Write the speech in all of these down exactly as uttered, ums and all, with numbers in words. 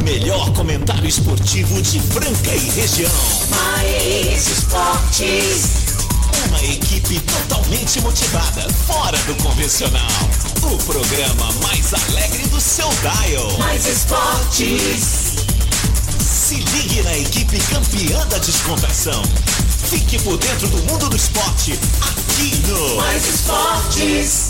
melhor comentário esportivo de Franca e região. Mais Esportes. Uma equipe totalmente motivada, fora do convencional. O programa mais alegre do seu dial. Mais Esportes. Se ligue na equipe campeã da descontração. Fique por dentro do mundo do esporte, aqui no Mais Esportes.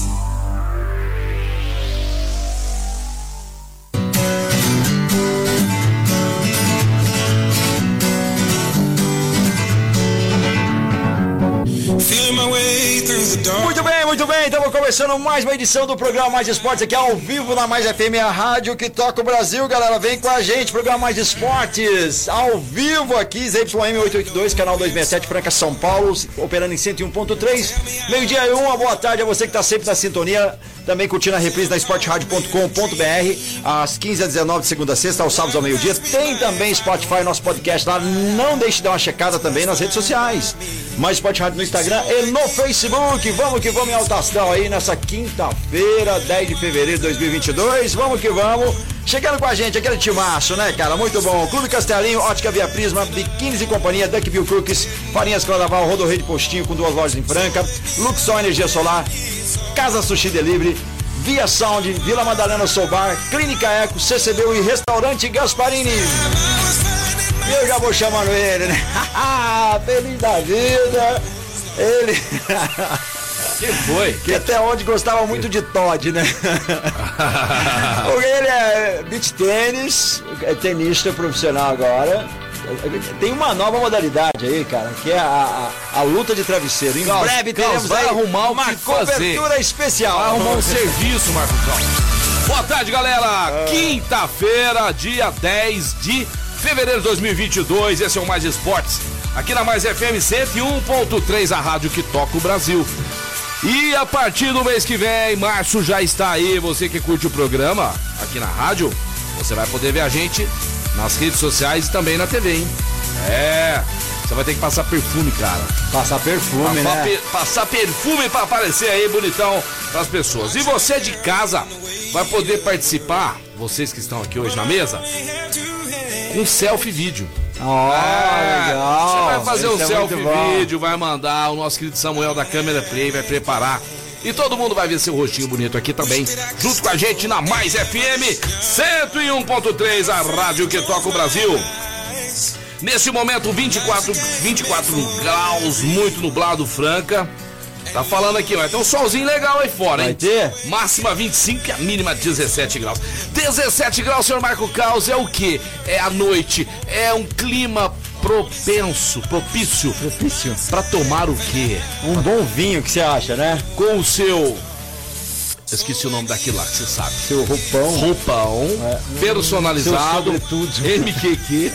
Muito bem, muito bem, estamos começando mais uma edição do programa Mais Esportes aqui ao vivo na Mais F M, a rádio que toca o Brasil, galera, vem com a gente, programa Mais Esportes, ao vivo aqui, Z Y M oitocentos e oitenta e dois, canal duzentos e sessenta e sete, Franca, São Paulo, operando em cento e um ponto três, meio-dia e uma, boa tarde a você que está sempre na sintonia, também curtindo a reprise na esporte rádio ponto com ponto b r, às quinze às dezenove, de segunda a sexta, aos sábados ao meio-dia, tem também Spotify, nosso podcast lá, não deixe de dar uma checada também nas redes sociais, Mais Esporte Rádio no Instagram e no Facebook, vamos que vamos em alta astral aí nessa quinta-feira, dez de fevereiro de dois mil e vinte e dois, vamos que vamos, chegando com a gente, aquele timaço, né, cara, muito bom, Clube Castelinho, Ótica Via Prisma, Biquínis e Companhia, Duckville Cookies, Farinhas Claraval, Rodorreio de Postinho com duas lojas em Franca, Luxol Energia Solar, Casa Sushi Delivery, Via Sound, Vila Madalena Soul Bar, Clínica Eco, C C B U e Restaurante Gasparini. E eu já vou chamando ele, né? Feliz da vida, ele... Que foi? Que até onde gostava muito de Todd, né? Porque ele é beach tênis, é tenista profissional agora. Tem uma nova modalidade aí, cara, que é a, a, a luta de travesseiro. Em Klaus, breve Klaus, teremos vai aí arrumar uma o que cobertura fazer. especial. Vai arrumar um serviço, Marco Klaus. Boa tarde, galera. É. Quinta-feira, dia dez de fevereiro de dois mil e vinte e dois. Esse é o Mais Esportes. Aqui na Mais F M cento e um ponto três, a rádio que toca o Brasil. E a partir do mês que vem, março já está aí. Você que curte o programa aqui na rádio, você vai poder ver a gente nas redes sociais e também na T V, hein? É, você vai ter que passar perfume, cara. Passar perfume, passar né? Per, passar perfume pra aparecer aí bonitão pras pessoas. E você de casa vai poder participar, vocês que estão aqui hoje na mesa, com selfie vídeo. Oh, é, legal. Você vai fazer Esse um é selfie vídeo, vai mandar, o nosso querido Samuel da Câmera Play vai preparar. E todo mundo vai ver seu rostinho bonito aqui também, junto com a gente na Mais F M cento e um ponto três, a rádio que toca o Brasil. Nesse momento, vinte e quatro, vinte e quatro graus, muito nublado, Franca. Tá falando aqui, vai ter um solzinho legal aí fora, hein? Vai ter? Máxima vinte e cinco e a mínima dezessete graus. dezessete graus, senhor Marco Caos, é o quê? É a noite, é um clima propenso, propício. Propício? Pra tomar o quê? Um bom vinho, que você acha, né? Com o seu... Esqueci o nome daquilo lá, que você sabe. Seu roupão. Roupão, é. Personalizado. M Q Q.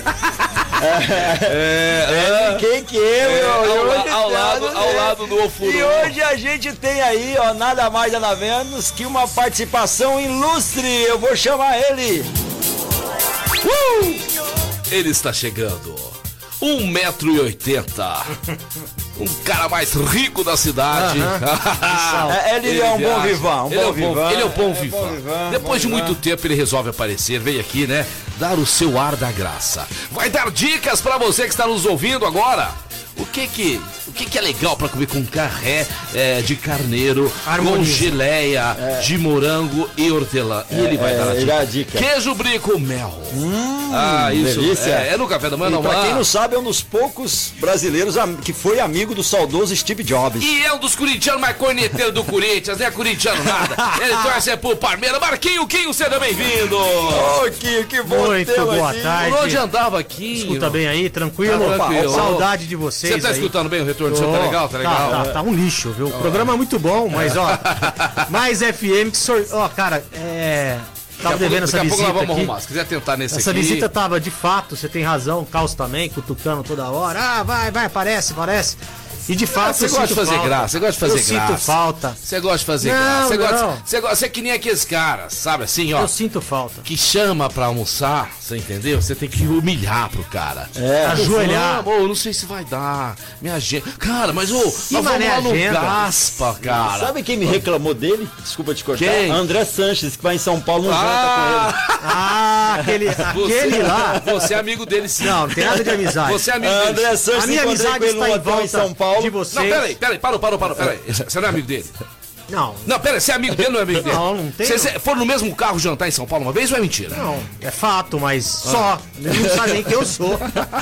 É, quem que é, é, meu? Ao, ao, lado, ao lado do ofurô. E hoje a gente tem aí, ó, nada mais nada menos que uma participação ilustre. Eu vou chamar ele. Uh! Ele está chegando. um metro e oitenta. Um cara mais rico da cidade. Uh-huh. é, ele, ele é um viaja. bom vivan. Um ele, bom é vivan. ele é um bom é vivan. Bom vivan. Depois bom de vivan. muito tempo ele resolve aparecer. Veio aqui, né? Dar o seu ar da graça. Vai dar dicas pra você que está nos ouvindo agora. O que que, o que que é legal pra comer com carré é, de carneiro, Harmonia. com geleia é. de morango e hortelã. E é, ele vai é, dar a dica. a dica. Queijo brie com mel. Hum, ah, isso. Delícia. É, é no café da manhã, e não. Pra ah. quem não sabe, é um dos poucos brasileiros que foi amigo do saudoso Steve Jobs. E é um dos corintianos mais corneteiros do Corinthians, não é corintiano nada. Ele torce pro Palmeiras. Marquinho, Quinho, seja bem-vindo. Ô, Quinho, que bom. Muito boa aqui. tarde. Por onde andava aqui? Escuta bem aí, tranquilo? Tá tranquilo. Saudade de vocês. Você tá aí. escutando bem o retorno do seu? Tá legal? Tá legal? Tá, tá, tá um lixo, viu? O programa é muito bom, mas ó, mais F M que sor... Ó, cara, é... Tava devendo essa visita. Daqui a pouco nós vamos aqui. arrumar. Se quiser tentar nesse essa aqui. Essa visita tava, de fato, você tem razão, o Caos também, cutucando toda hora. Ah, vai, vai, aparece, aparece. E de fato, você gosta de fazer falta. graça, você gosta de fazer eu graça. Eu sinto falta. Você gosta de fazer não, graça. Você não. gosta, você gosta, você é que nem aqueles caras, sabe assim, ó. Eu sinto falta. Que chama pra almoçar, você entendeu? Você tem que humilhar pro cara. É, ajoelhar. Ô, não sei se vai dar. Minha agenda. Cara, mas ô, nós vamos mané lá no agenda? Gaspa, cara. Sabe quem me reclamou dele? Desculpa te cortar. Quem? André Sanches, que vai em São Paulo, não Ah! janta com ele. Ah, aquele, aquele lá. Você é amigo dele sim. Não, não tem nada de amizade. Você é amigo dele. André Sanches, A minha encontrei amizade com ele está no em hotel volta em São Paulo. de vocês. Não, peraí, peraí, parou, parou, parou, peraí. Você não é amigo dele? Não. Não, peraí, você é amigo dele ou não é amigo dele? Não, não tem. Vocês foram no mesmo carro jantar em São Paulo uma vez ou é mentira? Não, é fato, mas só. Ele não sabe nem quem eu sou.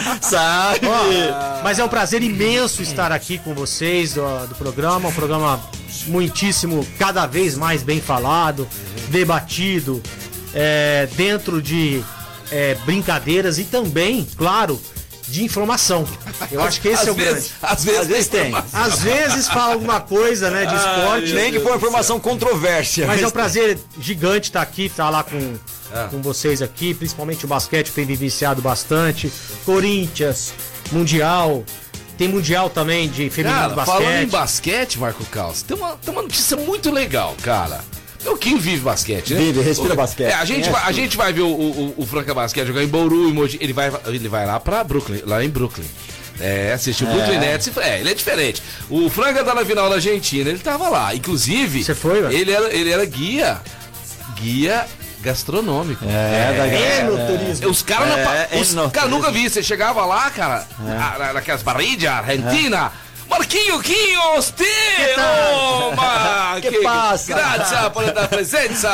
Sabe? Ó, mas é um prazer imenso estar aqui com vocês do, do programa. Um programa muitíssimo, cada vez mais bem falado, debatido, é, dentro de é, brincadeiras e também, claro, de informação. Eu acho que esse às é o vezes, grande. Às vezes, Às vezes tem. Às vezes fala alguma coisa, né, de esporte. Nem que for uma informação controvérsia. Mas é um prazer gigante estar aqui, estar lá com, Ah. com vocês aqui, principalmente o basquete tem vivenciado bastante. Corinthians, Mundial, tem Mundial também de feminino de Cara, falando em basquete. basquete, Marco Caos, tem uma, tem uma notícia muito legal, cara. O Kim vive basquete, né? Vive, respira O- basquete. É, a gente, É vai, a tudo. gente vai ver o, o, o Franca Basquete jogar em Bauru, em Mogi. Ele vai, ele vai lá pra Brooklyn, lá em Brooklyn. É, assistiu o Brooklyn Nets. É, ele é diferente. O Franca tá na final da Argentina, ele tava lá. Inclusive, Você foi, velho? ele era, ele era guia. Guia gastronômico. É, da É no é. turismo. Os caras É, é os no- cara nunca vi. Você chegava lá, cara, na- na- naquelas barrilhas, Argentina. Marquinho, Quinhos, te! tal? Opa! Que passa? Grazie por a presença!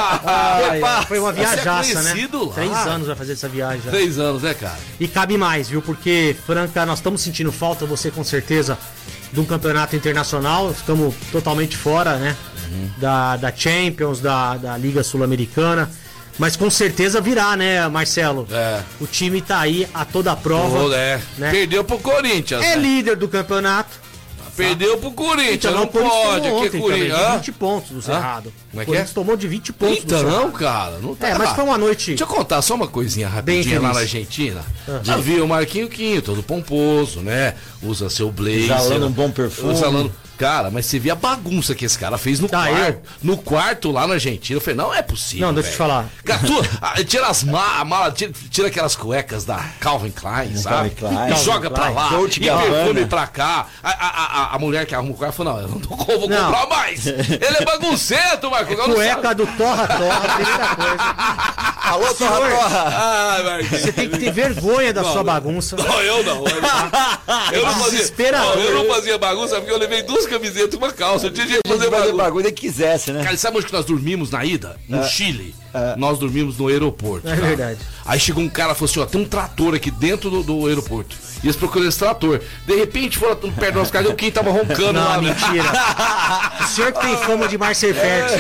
Ai, passa? foi uma Você é viajaça, né? conhecido lá. Três anos vai fazer essa viagem já. Três anos, né, cara? E cabe mais, viu? Porque, Franca, nós estamos sentindo falta, você com certeza, de um campeonato internacional. Estamos totalmente fora, né? Da, da Champions, da, da Liga Sul-Americana. Mas com certeza virá, né, Marcelo? É. O time tá aí a toda prova. Pô, é. né? Perdeu pro Corinthians. É né? líder do campeonato. Perdeu pro Corinthians, Então, não o Corinthians pode. tomou Aqui ontem é também, Corinthians. de Hã? vinte pontos do Cerrado. Como é O que é? Corinthians tomou de vinte pontos do Então, Cerrado. cara, não tá. É, mas foi uma noite... Deixa eu contar só uma coisinha rapidinha Bem lá na feliz. Argentina. Ah. Já viu o Marquinho Quinho, todo pomposo, né? Usa seu blazer. Exalando um bom perfume. Exalando... Cara, mas você via a bagunça que esse cara fez no Ah, quarto. eu? No quarto lá na Argentina. Eu falei, não é possível. Não, deixa eu te velho. falar. Cara, tu, ah, tira as malas, mala, tira, tira aquelas cuecas da Calvin Klein, sabe? Klein. E Calvin joga pra Klein. lá. Dolce e Gabbana. perfume pra cá. A, a, a, a mulher que arruma o quarto falou, não, eu não tô, vou Não. comprar mais. Ele é bagunceto, Marco. eu não Cueca sabe. do Torra Torra, primeira coisa. Alô, Torra Torra! Ah, Marquinhos. Você tem que ter vergonha da Não, sua não. bagunça. Não, eu não. Eu não, eu não fazia, Desesperador. não, eu não fazia bagunça porque eu levei duas camisetas e uma calça. Eu tinha jeito de fazer Fazer bagunça. bagulho que quisesse, né? Cara, sabe onde que nós dormimos na ida? No Chile. Nós dormimos no aeroporto. É tá? verdade. Aí chegou um cara e falou assim: ó, tem um trator aqui dentro do, do aeroporto. E eles procuram esse trator. De repente foram perto do nosso carro e o Kim tava roncando Não, lá. né? mentira. O senhor que tem fama de mar ser fértil.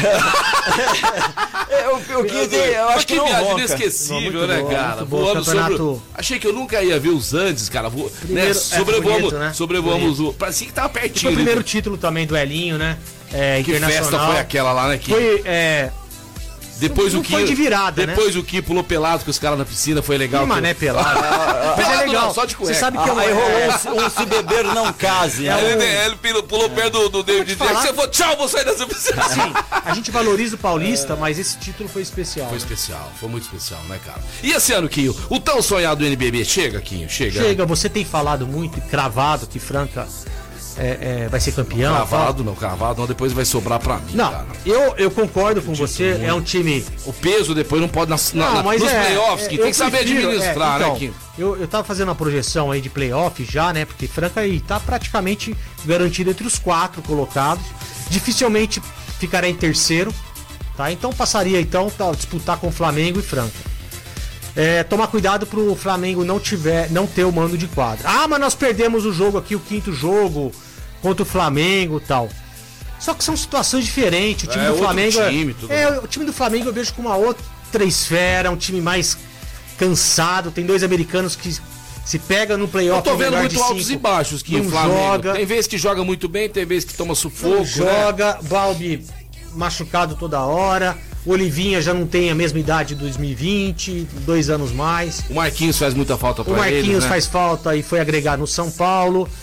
É, o, o que tem, eu Mas acho que que não viagem ronca. inesquecível, Muito né, bom, cara? muito bom. Voando Campeonato- sobre. Achei que eu nunca ia ver os Andes, cara. Vo... Né? Primeiro- é, Sobrevoamos, bonito, né? sobrevoamos o. Parecia que tava Foi pertinho. o primeiro ali. título também do Elinho, né? É, Que internacional. festa foi aquela lá, né, Kim? Foi, é, Depois Não o Kim. foi de virada, né? Depois o Kim pulou pelado com os caras na piscina, foi legal. que mané pelado. Mas é Pelado legal. não, só de cueca. Você sabe que é uma... Aí rolou é, um, se- um se beber não case. Aí né? ele, ele pulou, pulou perto do, do David falar. Jackson. Você falou, tchau, vou sair dessa piscina. assim, a gente valoriza o Paulista, mas esse título foi especial. Foi né? especial, foi muito especial, né, cara? E esse ano, Quinho? O tão sonhado N B B chega, Quinho? Chega. Chega, você tem falado muito e cravado que Franca é, é, vai ser campeão. Cravado não, cravado não, depois vai sobrar pra mim, Não, cara. eu, eu concordo com você, é um time... O peso depois não pode nas, na, Não, na- mas nos é, playoffs, é, que eu tem que saber prefiro, administrar, é, então, né, Quinho? Eu, eu tava fazendo uma projeção aí de playoff já, né? Porque Franca aí tá praticamente garantido entre os quatro colocados. Dificilmente ficará em terceiro, tá? Então passaria então tá, disputar com Flamengo e Franca. É, tomar cuidado pro Flamengo não tiver, não ter o mando de quadra. Ah, mas nós perdemos o jogo aqui, o quinto jogo contra o Flamengo e tal. Só que são situações diferentes. O time É, do outro Flamengo é- time, tudo é, o time do Flamengo eu vejo com uma outra esfera, um time mais cansado. Tem dois americanos que se pegam no playoff. Eu tô no vendo lugar muito de altos cinco, e baixos, Quinho, não Flamengo. joga. Tem vezes que joga muito bem, tem vezes que toma sufoco, Não né? joga, Balbi machucado toda hora. O Olivinha já não tem a mesma idade de dois mil e vinte, dois anos mais. O Marquinhos faz muita falta pra O Marquinhos eles, né? faz falta e foi agregar no São Paulo.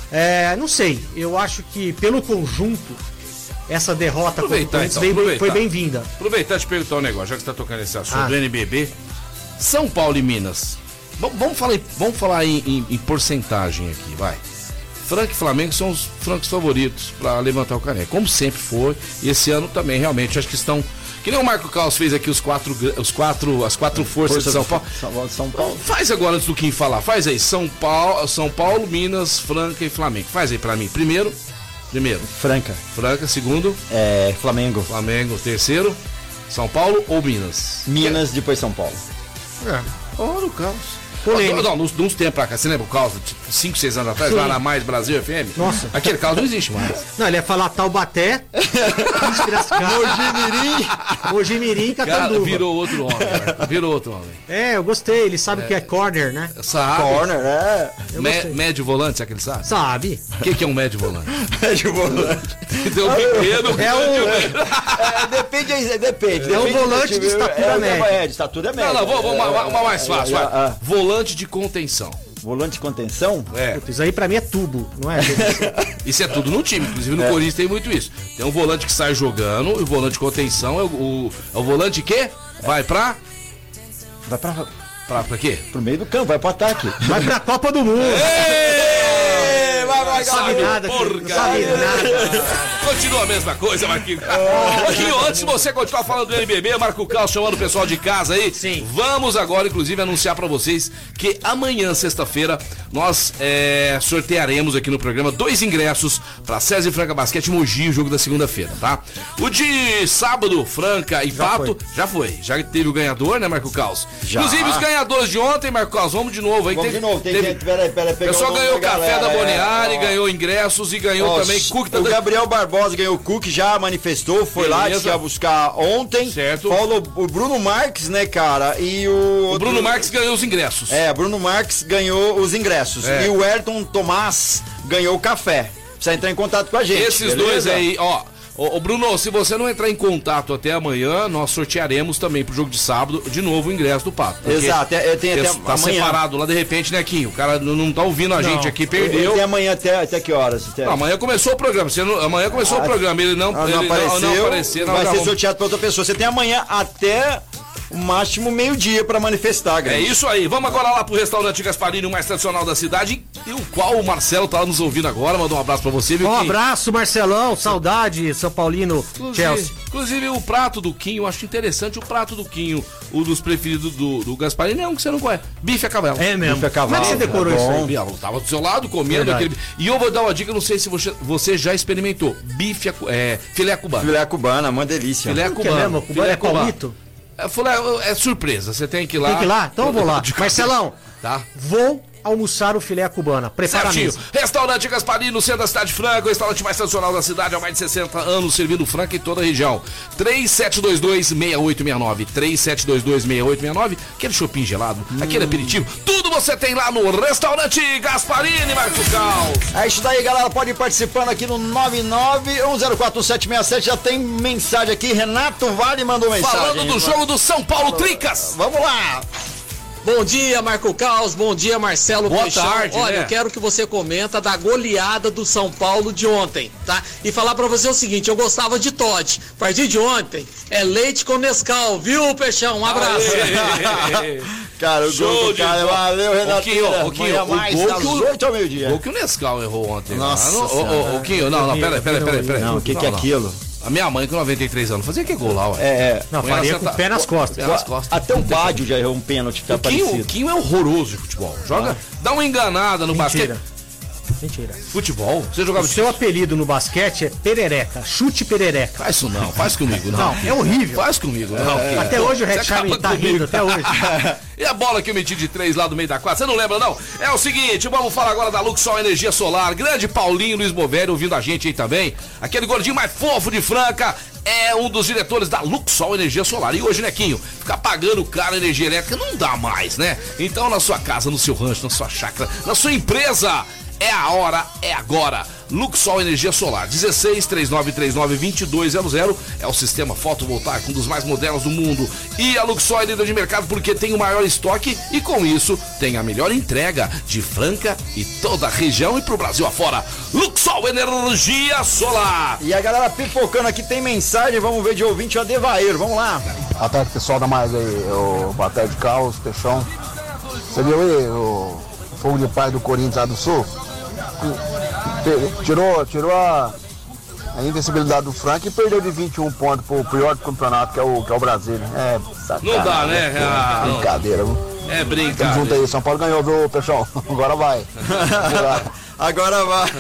É, não sei, eu acho que pelo conjunto, essa derrota aproveitar, então, bem, aproveitar. foi bem-vinda. Aproveitar e te perguntar um negócio, já que você tá tocando esse assunto ah. do N B B. São Paulo e Minas. V- vamos falar, em, vamos falar em, em, em porcentagem aqui, vai. Franca e Flamengo são os francos favoritos para levantar o caneco, como sempre foi. E esse ano também, realmente, acho que estão... Que nem o Marco Carlos fez aqui os quatro, os quatro, as quatro forças Força de São Paulo. São, São Paulo. Faz agora antes do Kim falar. Faz aí. São Paulo, São Paulo, Minas, Franca e Flamengo. Faz aí pra mim. Primeiro. Primeiro. Franca. Franca. Segundo. É. Flamengo. Flamengo. Terceiro. São Paulo ou Minas? Minas, depois São Paulo. É. Olha o Carlos. Polêmico. Não, nos, nos tempos pra cá, você lembra o Carlos? Tipo, cinco, seis anos atrás, lá na Mais Brasil F M? Nossa. Aquele Carlos não existe mais. Não, ele ia falar Taubaté, Mojimirim, Mojimirim, Cara, Catanduva. virou outro homem, né? Virou outro homem. É, eu gostei, ele sabe o é. que é corner, né? Sabe. Corner, é. Me, médio volante, sabe que ele sabe? Sabe. O que, que é um médio volante? Médio volante. Deu pequeno. É o... É, depende, é, depende. É o volante de estatura é, média. É, de estatura média. Não, não, vamos uma, uma, uma mais fácil, é, é, vai. é. Volante de contenção. Volante de contenção? É. Putz, isso aí pra mim é tubo, não é? Isso é tudo no time, inclusive no é. Corinthians tem muito isso. Tem um volante que sai jogando, e o volante de contenção é o, o, é o volante que vai pra... Vai pra... Pra, pra quê? Pro meio do campo, vai pro ataque. Vai pra Copa do Mundo. Ei, vai, vai, não sabe nada, porra, não sabe nada. Continua a mesma coisa, Marquinhos. Marquinhos, antes de você continuar falando do N B B, Marco Carlos chamando o pessoal de casa aí. Sim. Vamos agora, inclusive, anunciar pra vocês que amanhã, sexta-feira, nós é, sortearemos aqui no programa dois ingressos pra César e Franca Basquete Mogi, o jogo da segunda-feira, tá? O de sábado, Franca e já Pato, foi. já foi. Já teve o ganhador, né, Marco Carlos? Já. Inclusive, os ganhadores de ontem, Marco Carlos, vamos de novo aí. Vamos teve, de novo, tem teve... gente, peraí, peraí. O pessoal ganhou o café galera, da Boniari, é, ganhou ingressos e ganhou ó, também Cook. O Gabriel Barbosa ganhou o Cook, já manifestou, foi Beleza. lá, disse que ia buscar ontem. Certo. Falou o Bruno Marques, né, cara? E o. O outro... Bruno Marques ganhou os ingressos. É, Bruno Marques ganhou os ingressos. É. E o Ayrton Tomás ganhou o café. Precisa entrar em contato com a gente. Esses beleza? dois aí, ó. Ô, ô, Bruno, se você não entrar em contato até amanhã, nós sortearemos também pro jogo de sábado, de novo, o ingresso do Pato. Exato, eu tenho até tá amanhã. separado lá, de repente, né, Kim? O cara não, não tá ouvindo a Não. gente aqui, perdeu. Tem amanhã até, até que horas? Até... Não, amanhã começou o programa. Você não, amanhã começou Ah, o programa, ele não, não, ele não apareceu, não, não apareceu. vai ser vamos... sorteado para outra pessoa. Você tem amanhã até o máximo meio-dia para manifestar, É isso aí. Vamos agora lá pro restaurante Gasparini, o mais tradicional da cidade, e o qual o Marcelo tá nos ouvindo agora. Mandou um abraço pra você, viu, Um Kim? abraço, Marcelão. Saudade, São Paulino, Inclusive, Chelsea. inclusive o prato do Quinho, eu acho interessante o prato do Quinho, o dos preferidos do, do Gasparini, é um que você não conhece. Bife a cavalo. É mesmo. Bife a cavalo, Como é que você decorou é isso bom. aí? Eu tava do seu lado comendo Verdade. aquele. E eu vou dar uma dica, não sei se você, você já experimentou. Bife, a, é, filé cubano. Filé cubana, uma delícia. Filé Que é cubano. mesmo? Cubano filé é palmito? É, filé, é surpresa, você tem que ir lá. Tem que ir lá? Então eu vou lá. De- Marcelão, Tá? vou almoçar o filé cubana. Prepara a Certinho. mesa. Restaurante Gasparini, no centro da cidade de Franca, o restaurante mais tradicional da cidade há mais de sessenta anos, servindo Franca em toda a região. três sete dois dois, seis oito seis nove, três sete dois dois, seis oito seis nove, aquele shopping gelado, Hum. aquele aperitivo, tudo você tem lá no restaurante Gasparini, Marco Cal. É isso daí, galera. Pode ir participando aqui no nove nove um zero quatro sete seis sete. Já tem mensagem aqui. Renato Vale mandou mensagem. Falando do jogo do São Paulo Tricas. Vamos lá. Bom dia, Marco Caos. Bom dia, Marcelo Boa Peixão. tarde, Olha, né? eu quero que você comenta da goleada do São Paulo de ontem, tá? E falar pra você o seguinte, eu gostava de Todd. A partir de ontem, é leite com Nescau, viu, Peixão? Um abraço. Aê. Cara, o Show gol do de cara. bola. Valeu, Renato. Ô, Quinho, ô, Quinho, Amanhã o mais, gol das que o- oito ao meio-dia. O que o Nescau errou ontem. Nossa lá. Ô, ô, ô, Quinho, não, não, pera, pera, pera, pera. Não, o que, que é Não, não. aquilo? A minha mãe com noventa e três anos fazia que gol lá, ué. É, é. Não, Põe faria na com seta- o pé nas costas. Pé nas costas. Até o Bádio já errou um pênalti que tá O Quinho, o parecido. Quinho é horroroso de futebol. Joga, dá uma enganada no Mentira. basquete. Mentira. Futebol? Você jogava O de seu apelido no basquete é perereca. Chute perereca. Faz isso não, faz comigo, não. Não, é horrível. Faz comigo, não. Quinho. Até hoje o Você Redshine acaba tá comigo. rindo, até hoje. E a bola que eu meti de três lá do meio da quadra, você não lembra não? É o seguinte, vamos falar agora da Luxol Energia Solar. Grande Paulinho Luiz Bovério ouvindo a gente aí também. Aquele gordinho mais fofo de Franca é um dos diretores da Luxol Energia Solar. E hoje, Nequinho, ficar pagando caro a energia elétrica não dá mais, né? Então na sua casa, no seu rancho, na sua chácara, na sua empresa, é a hora, é agora. Luxol Energia Solar. dezesseis, três nove três nove, dois dois zero zero é o sistema fotovoltaico, um dos mais modernos do mundo. E a Luxol é líder de mercado porque tem o maior estoque e com isso tem a melhor entrega de Franca e toda a região e pro Brasil afora. Luxol Energia Solar. E a galera pipocando aqui, tem mensagem, vamos ver de ouvinte, o Adevair, vamos lá. Boa tarde, pessoal da Mais aí, o boa tarde, Carlos, Peixão. Você viu aí o fogo de paz do Corinthians lá do Sul? Tirou, tirou a, a invencibilidade do Franca e perdeu de vinte e um pontos pro pior do campeonato, que é o, que é o Brasília. É sacanagem. Não dá, né? É, Ah, brincadeira, viu? É Tamo brincadeira. junto aí, São Paulo ganhou, viu, Peixão? Agora vai. Agora vai.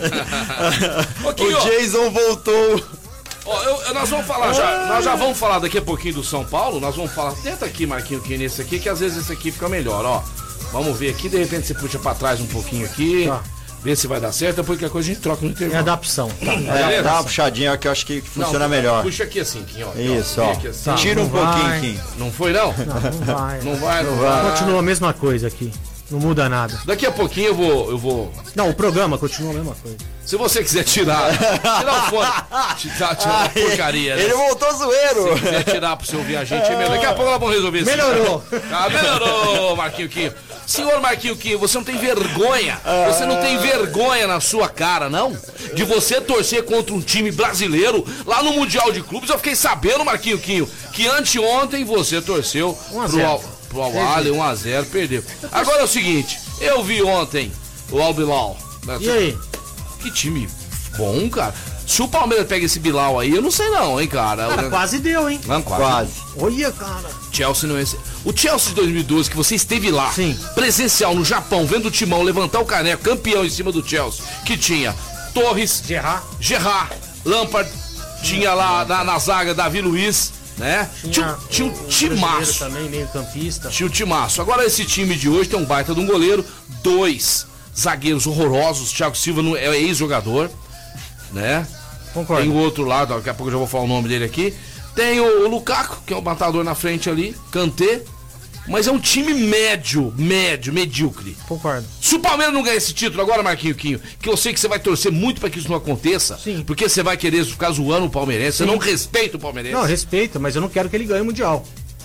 Ô, Quinho. O Jason voltou. Ó, eu- eu- nós vamos falar já, nós já vamos falar daqui a pouquinho do São Paulo, nós vamos falar, tenta aqui, Marquinho, que nesse aqui, que às vezes esse aqui fica melhor, ó. Vamos ver aqui, de repente você puxa pra trás um pouquinho aqui, Tá. vê se vai dar certo, depois qualquer coisa a gente troca no É intervalo. adaptação. Tá. É, dá uma puxadinha que eu acho que funciona Não, melhor. Puxa aqui assim, Quinho, ó. Isso, Vem ó. aqui assim. Tá. Tira um Não pouquinho, vai. Kim. Não foi não? Não, não vai. Não vai, não vai. Continua a mesma coisa aqui. Não muda nada. Daqui a pouquinho eu vou, eu vou, Não, o programa continua a mesma coisa. se você quiser tirar, tirar o fone, tirar, tirar a porcaria, né? Ele voltou zoeiro. Se quiser tirar pro você ouvir a gente, é melhor. Daqui a pouco nós vamos resolver isso. Melhorou. Ah, melhorou, Marquinho Quinho. Senhor Marquinho Quinho, você não tem vergonha? Você não tem vergonha na sua cara, não? De você torcer contra um time brasileiro lá no Mundial de Clubes. Eu fiquei sabendo, Marquinho Quinho, que anteontem você torceu um a pro, zero. Al, pro Al-Ahly, um a zero, perdeu. Agora é o seguinte, eu vi ontem o Al-Bilal. E aí? Que time bom, cara. Se o Palmeiras pega esse Bilal aí, eu não sei não, hein, cara. Cara, O- quase deu, hein? Não, quase. Quase. Olha, cara. Chelsea não é esse. O Chelsea de dois mil e doze, que você esteve lá, Sim. presencial no Japão, vendo o Timão levantar o caneco, campeão em cima do Chelsea, que tinha Torres, Gerard. Gerrard, Lampard, tinha lá na, na zaga Davi Luiz, né? Tinha, tinha um brasileiro timaço. também, meio campista. Tinha um timaço. Agora esse time de hoje tem um baita de um goleiro, dois zagueiros horrorosos. Thiago Silva não- é ex-jogador, né? Concordo. Tem o outro lado, daqui a pouco eu já vou falar o nome dele aqui. Tem o, o Lukaku, que é o matador na frente ali, Kanté. Mas é um time médio, médio, medíocre. Concordo. Se o Palmeiras não ganhar esse título agora, Marquinho Quinho, que eu sei que você vai torcer muito pra que isso não aconteça, Sim. porque você vai querer ficar zoando o palmeirense, você Sim. não respeita o palmeirense. Não, respeita, mas eu não quero que ele ganhe o Mundial.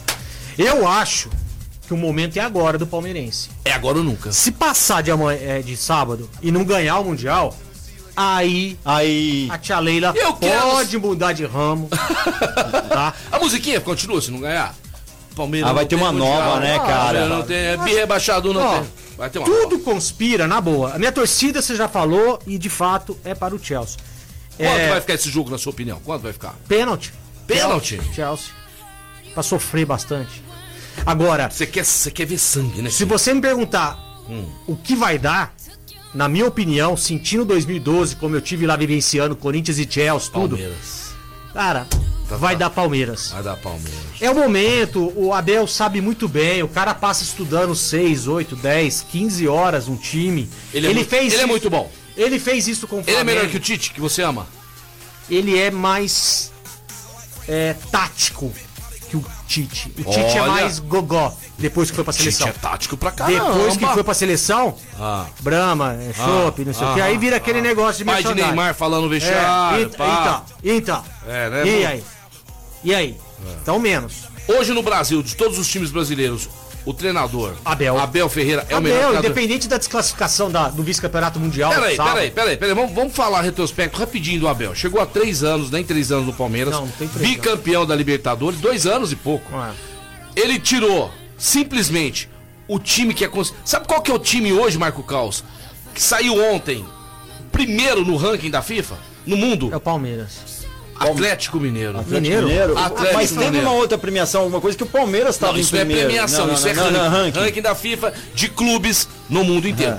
Eu acho que o momento é agora do palmeirense. É agora ou nunca. Se passar de, amanhã, é, de sábado e não ganhar o Mundial, aí Aí. a tia Leila Eu quero- pode mudar de ramo. Tá? A musiquinha continua se não ganhar? Palmeiras Ah, vai não ter tem uma mundial. nova, né, Ah, cara? Palmeiras não tem, é bi-rebaixado não Ó, tem. Vai ter uma Tudo nova. conspira, na boa. A minha torcida, você já falou, e de fato é para o Chelsea. Quanto É, vai ficar esse jogo, na sua opinião? Quanto vai ficar? Pênalti. Pênalti? Chelsea. Pra sofrer bastante. Agora, Você quer, você quer ver sangue, né? se você me perguntar Hum. o que vai dar, na minha opinião, sentindo dois mil e doze, como eu tive lá vivenciando Corinthians e Chelsea, tudo, Palmeiras. cara, Tá, vai tá. dar Palmeiras. Vai dar Palmeiras. É o momento, o Abel sabe muito bem, o cara passa estudando seis, oito, dez, quinze horas um time. Ele é, mu- fez ele é isso- muito bom. Ele fez isso com o Ele é Flamengo. melhor que o Tite, que você ama? Ele é mais é, tático que o Tite. O Tite é Olha. mais gogó depois que foi pra Tite seleção. é tático pra caramba. Depois que foi pra seleção, Ah. Brahma, é, chopp, não sei o que, ah, aí vira aquele negócio de Pai de merchandising. Neymar falando É, vestiário, ent- pá. então, então. É, né, E mano? aí? E aí? Então menos. Hoje no Brasil, de todos os times brasileiros, o treinador Abel. Abel Ferreira é o melhor Abel, treinador. independente da desclassificação da- do vice-campeonato mundial. Peraí, sábado. peraí, peraí, peraí. Vamos, vamos falar retrospecto rapidinho do Abel. Chegou há três anos, nem três anos no Palmeiras. Não, não tem três bicampeão da Libertadores, dois anos e pouco. Ué. Ele tirou, simplesmente, o time que é... cons- Sabe qual que é o time hoje, Marco Caos? Que saiu ontem, primeiro no ranking da FIFA, no mundo? É o Palmeiras. Atlético Mineiro. Mineiro? Atlético Mas teve Mineiro. uma outra premiação, alguma coisa que o Palmeiras estava Não, em isso é primeiro. premiação, Não, não, isso é não, não, ranking, ranking. ranking da FIFA de clubes no mundo inteiro.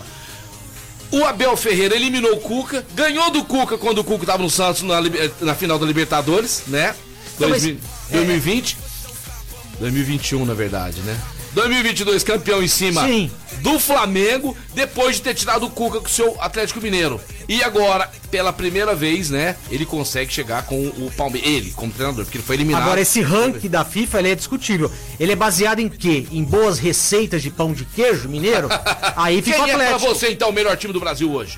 O Abel Ferreira eliminou o Cuca, ganhou do Cuca quando o Cuca estava no Santos na, liber- na final da Libertadores, né? Não, mas- dois mil dois mil e vinte. dois mil e vinte e um, na verdade, né? dois mil e vinte e dois, campeão em cima Sim. do Flamengo, depois de ter tirado o Cuca com o seu Atlético Mineiro. E agora, pela primeira vez, né, ele consegue chegar com o Palmeiras. Ele, como treinador, porque ele foi eliminado. Agora, esse ranking da FIFA ele é discutível. Ele é baseado em quê? Em boas receitas de pão de queijo mineiro? Aí fica o Quem é pra Atlético. você, então, o melhor time do Brasil hoje?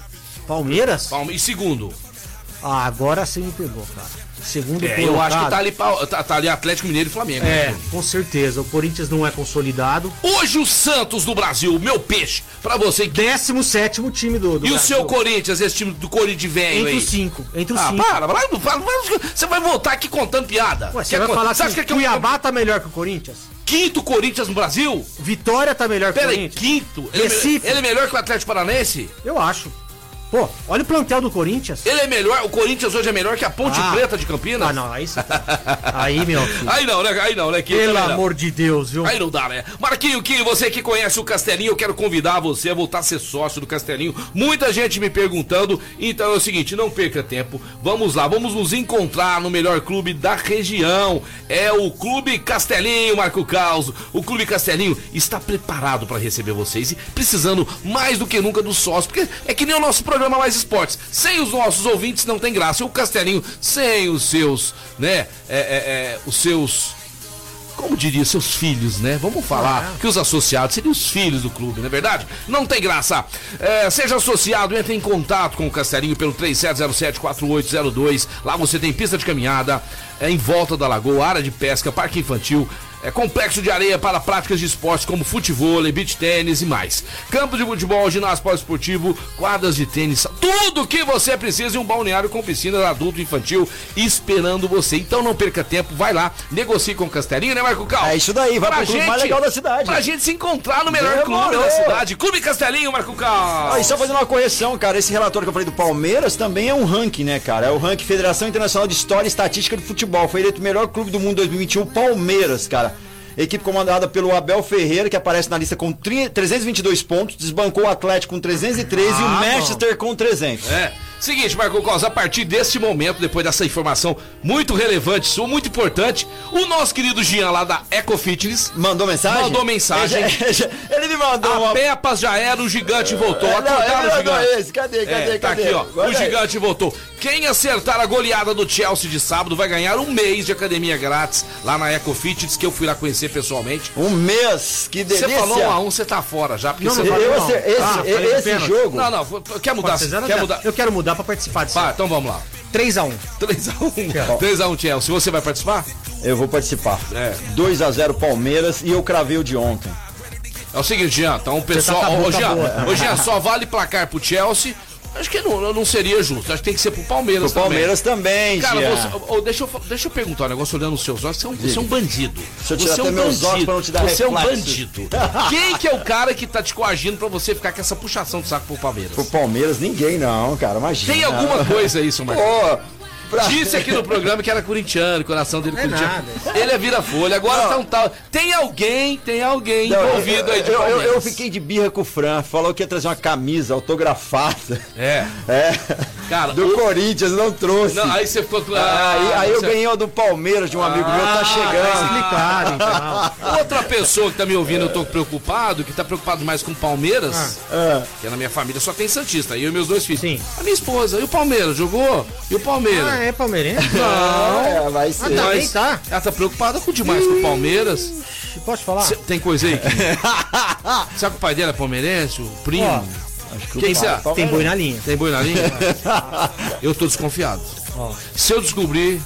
Palmeiras? Palme... E segundo? Ah, agora você me pegou, cara. Segundo É, colocado, eu acho que tá ali, tá, tá ali Atlético Mineiro e Flamengo. É, né? com certeza. O Corinthians não é consolidado. Hoje o Santos do Brasil, meu peixe, pra você. décimo sétimo time do, do E Brasil. o seu Corinthians, esse time do Corinthians velho Entre aí? os cinco. Entre os Ah, cinco. para, para, para, para, você vai voltar aqui contando piada. Ué, você Quer vai co- falar você que acha o que é um Cuiabá tá melhor que o Corinthians? quinto Corinthians no Brasil? Vitória tá melhor que o Pera aí, Corinthians? quinto? Ele, é, Recife. ele é melhor que o Atlético Paranaense? Eu acho. Pô, olha o plantel do Corinthians. Ele é melhor, o Corinthians hoje é melhor que a Ponte Ah. Preta de Campinas? Ah, não, aí você tá... Aí, meu filho. Aí não, né? Aí não, né? Que Pelo também não. amor de Deus, viu? Aí não dá, né? Marquinho, que você que conhece o Castelinho, eu quero convidar você a voltar a ser sócio do Castelinho. Muita gente me perguntando, então é o seguinte, não perca tempo. Vamos lá, vamos nos encontrar no melhor clube da região. É o Clube Castelinho, Marco Caos. O Clube Castelinho está preparado para receber vocês e precisando mais do que nunca do sócio, porque é que nem o nosso programa Mais Esportes. Sem os nossos ouvintes não tem graça. E o Castelinho, sem os seus, né, é, é, é, os seus... como diria, seus filhos, né? Vamos falar que os associados seriam os filhos do clube, não é verdade? Não tem graça. É, seja associado, entre em contato com o Castelinho pelo três sete zero sete, quatro oito zero dois. Lá você tem pista de caminhada, é, em volta da lagoa, área de pesca, parque infantil, é, complexo de areia para práticas de esportes como futevôlei, beach tênis e mais. Campo de futebol, ginásio poliesportivo, quadras de tênis, tudo que você precisa em um balneário com piscina adulto e infantil esperando você. Então não perca tempo, vai lá, negocie com o Castelinho, né, Marco Cal? É isso daí, vai Pra pro clube gente- mais legal da cidade. Pra gente se encontrar no melhor Demorou. clube da cidade. Clube Castelinho, Marco Cal. Ah, e só fazendo uma correção, cara, esse relatório que eu falei do Palmeiras também é um ranking, né, cara? É o ranking Federação Internacional de História e Estatística do Futebol. Foi eleito o melhor clube do mundo em dois mil e vinte e um, Palmeiras, cara. Equipe comandada pelo Abel Ferreira, que aparece na lista com trezentos e vinte e dois pontos, desbancou o Atlético com trezentos e treze Ah, e o bom. Manchester com trezentos. É. Seguinte, Marco Caos, a partir deste momento, depois dessa informação muito relevante, sua, muito importante, o nosso querido Jean lá da Eco Fitness Mandou mensagem? mandou mensagem. Ele, ele me mandou A uma... Pepas já era, o gigante voltou. É, não, Acordaram ele o mandou gigante. esse. Cadê, cadê, É, tá cadê? aqui, ó. Olha O aí. gigante voltou. Quem acertar a goleada do Chelsea de sábado vai ganhar um mês de academia grátis lá na Eco Fitness, que eu fui lá conhecer pessoalmente. Um mês, que delícia. Você falou um a um, você tá fora já, porque Não, você não falou. Eu, Não. esse esse, Ah, falei de esse pênalti. jogo... Não, não, quer mudar? Pode ser zero a Quer zero. mudar? Eu quero mudar pra participar disso. Tá, então vamos lá. três a um. três a um. três a um, Chelsea. Você vai participar? Eu vou participar. É. dois a zero Palmeiras e eu cravei o de ontem. É o seguinte, Jean, então o pessoal. tá com a Ô, boca Jean, boa, tá? ô, Jean, só vale placar pro Chelsea. Acho que não, não seria justo. Acho que tem que ser pro Palmeiras Pro Palmeiras também, também. Cara, Jean. você, ô, deixa, eu, fa- deixa eu perguntar um negócio olhando os seus olhos. Você é um, você é um bandido. Deixa eu tirar você é até um meus bandido. óculos pra não te dar Você é um reflexo. bandido. Quem que é o cara que tá te coagindo pra você ficar com essa puxação de saco pro Palmeiras? Pro Palmeiras, ninguém não, cara, imagina. Tem alguma coisa aí, seu Marcos? Pô, pra... Disse aqui no programa que era corintiano, o coração dele É corintiano. nada. Ele é vira-folha, agora Não. tá um tal. Tem alguém, tem alguém Não, envolvido eu, aí de eu, eu, Palmeiras. eu fiquei de birra com o Fran, falou que ia trazer uma camisa autografada. É. É. Cara, do o- Corinthians, não trouxe. Não, aí você ficou. aí aí eu você- ganhei uma do Palmeiras de um amigo meu, tá Ah, chegando. Explicado, então. Outra pessoa que tá me ouvindo, eu tô preocupado, que tá preocupado mais com o Palmeiras, Ah. que na minha família só tem Santista, eu e meus dois filhos. Sim. A minha esposa, e o Palmeiras, jogou? E o Palmeiras? Ah, é palmeirense? É, vai ser. Ah, tá. Também tá. Ela tá preocupada com demais com o Palmeiras. Posso falar? Cê- tem coisa aí que. Será que o pai dele é palmeirense? O primo? Ó, Acho que o Quem pai- será? Tem boi na linha. Tem boi na linha? Eu tô desconfiado. Ó. Se eu descobrir.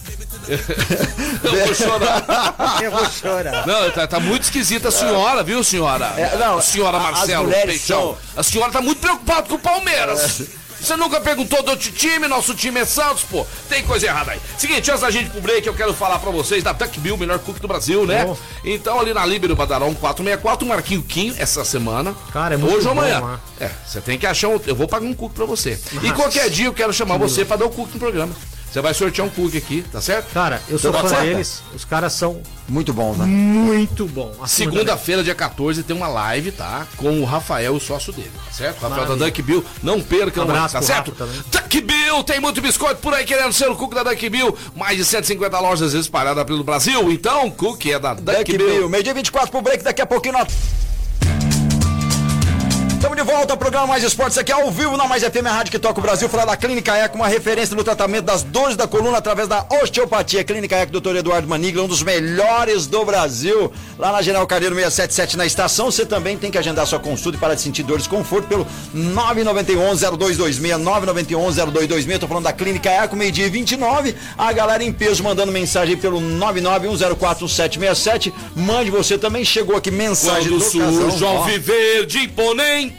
eu vou chorar. Eu vou chorar. Não, tá, tá muito esquisita a senhora, viu, senhora? É, não, a senhora a- as Marcelo mulheres Peixão. A senhora tá muito preocupada com o Palmeiras. Você nunca perguntou do outro time? Nosso time é Santos, pô. Tem coisa errada aí. Seguinte, antes da gente ir pro break, eu quero falar pra vocês da Duck Bill, melhor cookie do Brasil, né? Oh. Então, ali na Líbero Badarão quatrocentos e sessenta e quatro, o Marquinho Kim, essa semana. Cara, é muito Hoje ou bom amanhã. lá. É, você tem que achar um. Eu vou pagar um cookie pra você. E qualquer dia eu quero chamar você pra dar o cookie no programa. Você vai sortear um cookie aqui, tá certo? Cara, eu sou Você fã WhatsApp? deles. Os caras são Muito bom, né? muito bons. Acima da Segunda-feira, dia quatorze, tem uma live, tá? Com o Rafael, o sócio dele, tá certo? Rafael da Maravilha. Duck Bill. Não percam, Um abraço tá pro certo? Rafa também. Duck Bill, tem muito biscoito por aí querendo ser o cookie da Duck Bill. Mais de cento e cinquenta lojas espalhadas pelo Brasil. Então, o cookie é da Duck, Duck Bill. Bill, meio dia vinte e quatro pro break, daqui a pouquinho nós... Estamos de volta ao programa Mais Esportes aqui ao vivo na Mais F M, a rádio que toca o Brasil, falar da Clínica Eco, uma referência no tratamento das dores da coluna através da osteopatia. Clínica Eco, doutor Eduardo Manigla, um dos melhores do Brasil, lá na General Carneiro seiscentos e setenta e sete na estação. Você também tem que agendar sua consulta e parar de sentir dores e conforto pelo nove nove um, zero dois dois seis, nove nove um, zero dois dois seis. Tô falando da Clínica Eco, meio-dia e vinte e nove. A galera em peso mandando mensagem pelo nove nove um zero quatro sete seis sete. Mande você também, chegou aqui mensagem Quando do surge Casão. ao viver de imponente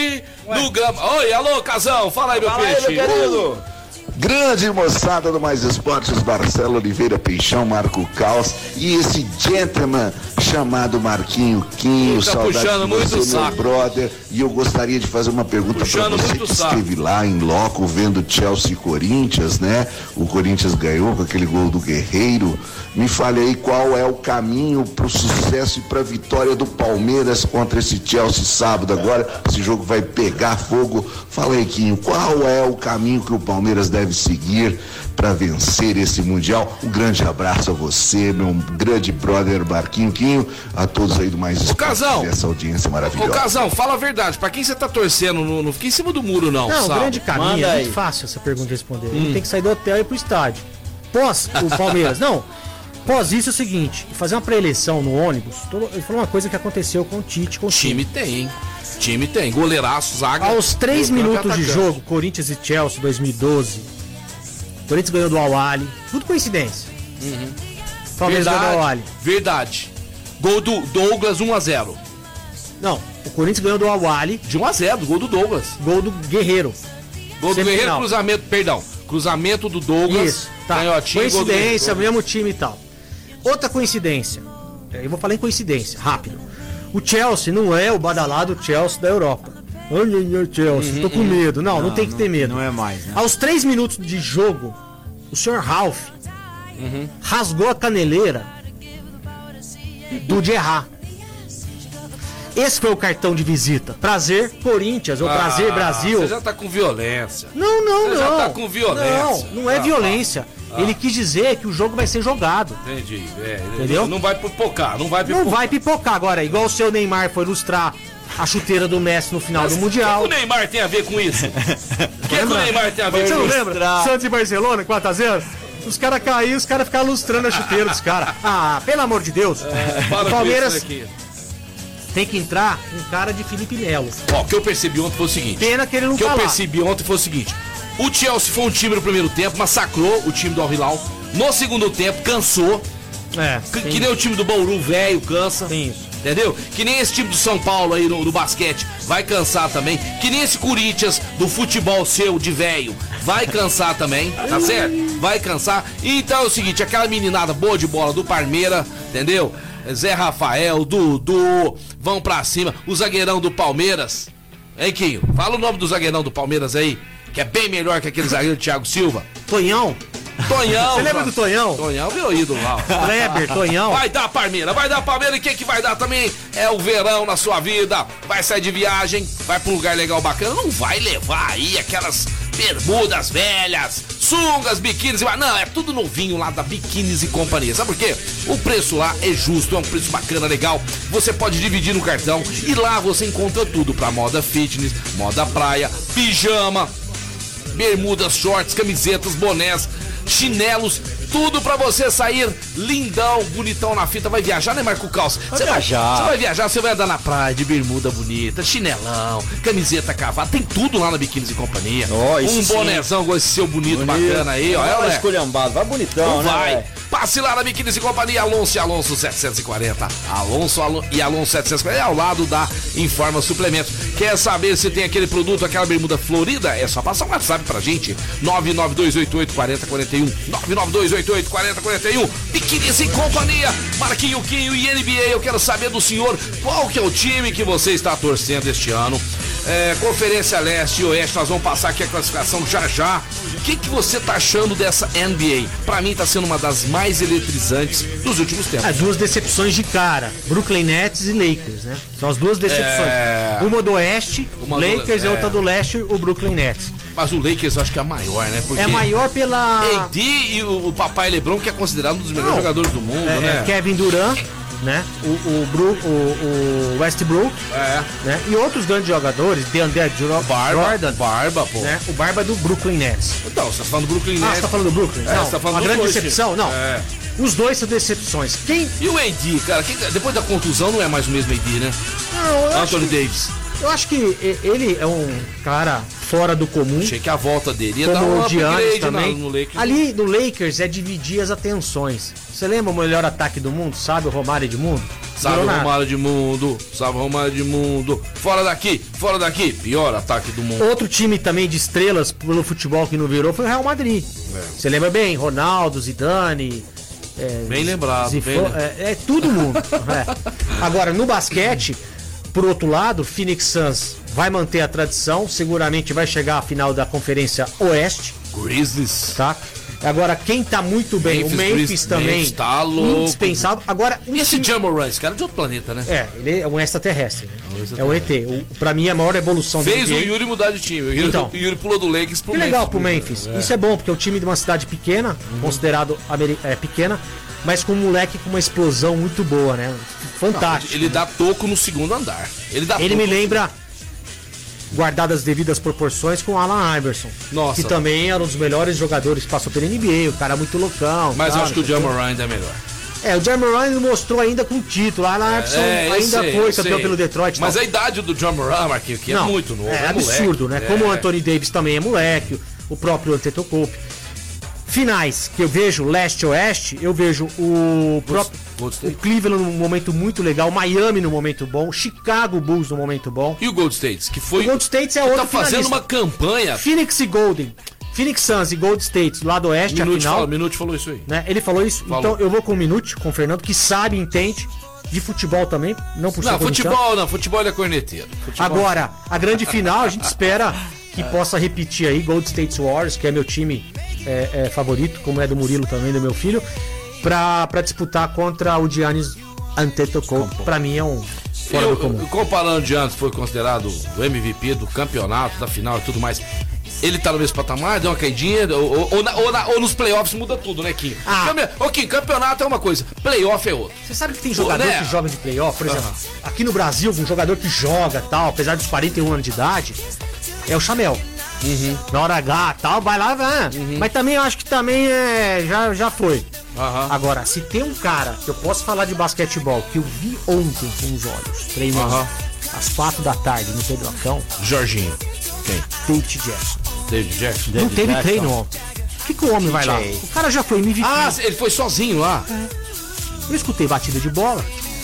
no grama. Oi, alô, Casão, fala aí, meu Fala aí, peixe. meu querido. Grande moçada do Mais Esportes, Marcelo Oliveira Peixão, Marco Caos e esse gentleman chamado Marquinho Quinho, Tá saudade puxando de muito você, o saco. meu brother. E eu gostaria de fazer uma pergunta para Puxando você muito que o saco. esteve lá em loco vendo Chelsea e Corinthians, né? O Corinthians ganhou com aquele gol do Guerreiro. Me fale aí qual é o caminho para o sucesso e para a vitória do Palmeiras contra esse Chelsea sábado agora. Esse jogo vai pegar fogo. Fala aí, Quinho, qual é o caminho que o Palmeiras deve seguir para vencer esse Mundial? Um grande abraço a você, meu grande brother Marquinho Quinho, a todos aí do Mais Esportes, Casão. essa audiência Ô, maravilhosa. Casão, fala a verdade. Pra quem você tá torcendo? Não, não fica em cima do muro, não. Não, o sabe? grande caminho, Manda é aí. muito fácil essa pergunta de responder. Ele tem que sair do hotel e ir pro estádio. Pós o Palmeiras, não. Pós isso é o seguinte, fazer uma pré-eleição no ônibus, todo- ele falou uma coisa que aconteceu com o Tite, com o Time tem, hein? Time tem. Goleiraço, zaga. Aos três meio campo minutos de atacante. jogo, Corinthians e Chelsea dois mil e doze, Corinthians ganhou do Al-Ahly, tudo coincidência. Palmeiras ganhou do Al-Ahly. Verdade. Gol do Douglas um a zero. Não, o Corinthians ganhou do Al-Ahly, De um a zero, gol do Douglas. gol do Guerreiro. Gol do Semifinal. Guerreiro, cruzamento, perdão. Cruzamento do Douglas. Isso, tá. Canhotinho, gol do Coincidência, Guerreiro. mesmo time e tal. Outra coincidência, eu vou falar em coincidência, rápido. O Chelsea não é o badalado Chelsea da Europa. Ai, ai, ai, Chelsea, tô com medo. Não, não, tem que ter medo. Não é mais, né? Aos três minutos de jogo, o senhor Ralph rasgou a caneleira do Gerrard. Esse foi o cartão de visita. Prazer, Corinthians, ou prazer, Ah, Brasil. Você já tá com violência. Não, não, Você não. já tá com violência. Não, não é Ah, violência. Ele quis dizer que o jogo vai ser jogado. Entendi. É, Entendeu? Não vai pipocar, não vai pipocar. Não vai pipocar agora, igual o seu Neymar foi ilustrar a chuteira do Messi no final do O Mundial. que o Neymar tem a ver com isso? O que, que o Neymar tem a ver Você com não isso? lembra? Santos e Barcelona, quatro a zero? Os caras caíram, os caras ficaram lustrando a chuteira dos caras. Ah, pelo amor de Deus. Para o com Palmeiras isso aqui. tem que entrar um cara de Felipe Melo. Ó, o que eu percebi ontem foi o seguinte. Pena que ele não O que eu tá lá. percebi ontem foi o seguinte. O Chelsea foi um time no primeiro tempo, massacrou o time do Al Hilal. No segundo tempo, cansou. É, Que, tem- que nem o time do Bauru, velho, cansa. Tem isso. Entendeu? Que nem esse time do São Paulo aí no, no basquete vai cansar também. Que nem esse Corinthians do futebol seu de velho vai cansar também, tá certo? Vai cansar. Então é o seguinte, aquela meninada boa de bola do Parmeira, entendeu? Zé Rafael, Dudu, vão pra cima. O zagueirão do Palmeiras. Hein, Quinho? Fala o nome do zagueirão do Palmeiras aí, que é bem melhor que aquele zagueiro do Thiago Silva. Tonhão. Tonhão. Você lembra do Tonhão? Tonhão, meu ídolo lá. Kleber, Tonhão. Vai dar Palmeira, vai dar Palmeira e quem que vai dar também é o verão na sua vida. Vai sair de viagem, vai pra um lugar legal bacana, não vai levar aí aquelas bermudas velhas, sungas, biquínis, e- não, é tudo novinho lá da Biquínis e Companhia. Sabe por quê? O preço lá é justo, é um preço bacana, legal. Você pode dividir no cartão e lá você encontra tudo pra moda fitness, moda praia, pijama, bermudas, shorts, camisetas, bonés, chinelos, tudo pra você sair lindão, bonitão na fita. Vai viajar, né, Marco Calça? Você vai viajar. Você vai viajar, você vai andar na praia de bermuda bonita, chinelão, camiseta cavada, tem tudo lá na Biquínis e Companhia. Ó, isso um sim. bonézão igual esse seu bonito, bacana aí, ó. É, Vai né? esculhambado, vai bonitão, Não né? vai. velho? Passe lá na Biquínis e Companhia, Alonso e Alonso setecentos e quarenta. Alonso Alo- e Alonso setecentos e quarenta, é ao lado da Informa Suplementos. Quer saber se tem aquele produto, aquela bermuda florida? É só passar um WhatsApp pra gente. nove nove dois oito oito quatro zero quatro um. nove nove dois oito oito quatro zero quatro um. Biquínis e Companhia. Marquinho Quinho e N B A. Eu quero saber do senhor qual que é o time que você está torcendo este ano. É, Conferência Leste e Oeste, nós vamos passar aqui a classificação já já. O que, que você tá achando dessa N B A? Pra mim tá sendo uma das mais eletrizantes dos últimos tempos. As duas decepções de cara, Brooklyn Nets e Lakers, né? São as duas decepções. É. Uma do Oeste, Uma do- Lakers, e é. outra do Leste, o Brooklyn Nets. Mas o Lakers eu acho que é a maior, né? Porque É maior pela... A D e o, o papai LeBron, que é considerado um dos melhores Não. jogadores do mundo, é, né? é Kevin Durant né? O, o, Bru, o, o Westbrook, É. né? E outros grandes jogadores, DeAndre Jo- Barba, Jordan, Barba, pô. né? O Barba do Brooklyn Nets. Então, você tá falando do Brooklyn Ah, Nets. você tá falando do Brooklyn? É, Não, você tá falando uma dos grande dois, decepção? Não. É. Os dois são decepções. Quem... E o A D, cara, quem- depois da contusão não é mais o mesmo A D, né? Não, eu acho, Anthony Davis. eu acho que e- ele é um cara fora do comum. Achei que a volta dele ia dar Como um o Giannis upgrade também. na- no Lakers. Ali no Lakers é dividir as atenções. Você lembra o melhor ataque do mundo? Sabe o Romário Edmundo? Salve Leonardo. Romário de Mundo, salve Romário de Mundo. Fora daqui, fora daqui. Pior ataque do mundo. Outro time também de estrelas pelo futebol que não virou foi o Real Madrid. Você lembra bem? Ronaldo, Zidane. É, Bem lembrado, Zifo- bem lembrado. é, é todo mundo. é. Agora, no basquete, por outro lado, o Phoenix Suns vai manter a tradição. Seguramente vai chegar à final da Conferência Oeste. Grizzlies. Tá? Agora, quem tá muito bem, Memphis o Memphis Grizzlies, também. Memphis tá louco. Indispensável. Agora, um E esse time- Jamoran, esse cara é de outro planeta, né? É, ele é um extraterrestre. Né? extraterrestre. É um E T. O, pra mim, a maior evolução do Fez o N B A. Yuri mudar de time. O Yuri, Então. o Yuri pulou do Lakers pro Que legal pro Memphis. Memphis. Isso é bom, porque é o time de uma cidade pequena, considerado ameri- é, pequena, mas com um moleque com uma explosão muito boa, né? Fantástico. Ele dá toco no segundo andar. Ele dá Ele toco. me lembra, guardadas as devidas proporções, com o Alan Iverson. Nossa. Que também era um dos melhores jogadores que passou pela N B A, o cara muito loucão. Mas eu cara, acho que o Jamoran ainda é melhor. É, o Jamoran não mostrou ainda com título. O Alan Iverson É, eu ainda sei, foi eu campeão sei. pelo Detroit. e Mas tal. a idade do Jamoran, Marquinhos, que é Não, muito novo. É, é absurdo, moleque. né? Como É. o Anthony Davis também é moleque, o próprio Antetokounmpo. Finais que eu vejo, leste-oeste, eu vejo o próprio Gold o State. Cleveland num momento muito legal, Miami num momento bom, Chicago Bulls num momento bom. E o Gold States, que foi. O Gold State é que outro tá fazendo finalista. uma campanha. Phoenix e Golden, Phoenix Suns e Gold State, do lado oeste, a Minute final. falou, Minute falou isso aí. Né? Ele falou isso, Falou. então eu vou com o Minute, com o Fernando, que sabe, entende, de futebol também, não por ser Não, corintiano. futebol não, futebol ele é corneteiro. Futebol- Agora, a grande final, a gente espera que possa repetir aí Gold State Warriors, que é meu time é, é, favorito, como é do Murilo também, do meu filho, pra, pra disputar contra o Giannis Antetokounmpo. Pra mim é um fora Eu, do comum. comparando de antes, foi considerado o M V P do campeonato, da final e tudo mais. Ele tá no mesmo patamar, deu uma caidinha, ou, ou, ou, na- ou na- ou nos playoffs muda tudo, né, Kim? Ah. Campe- Ô, Kim, campeonato é uma coisa, playoff é outra. Você sabe que tem jogador né? que joga de playoff, por exemplo, Aham. aqui no Brasil, um jogador que joga tal, apesar dos quarenta e um anos de idade, é o Chamel. Na hora H tal, vai lá, vai. Mas também eu acho que também é, já, já foi. Aham. Agora, se tem um cara que eu posso falar de basquetebol, que eu vi ontem com os olhos, treinando, Aham. às quatro da tarde no Pedrocão, Jorginho. Quem? David Jackson. David Jackson? Não teve treino ontem. O que, que o homem vai lá? O cara já foi M V P. Ah, ele foi sozinho lá. Eu escutei batida de bola.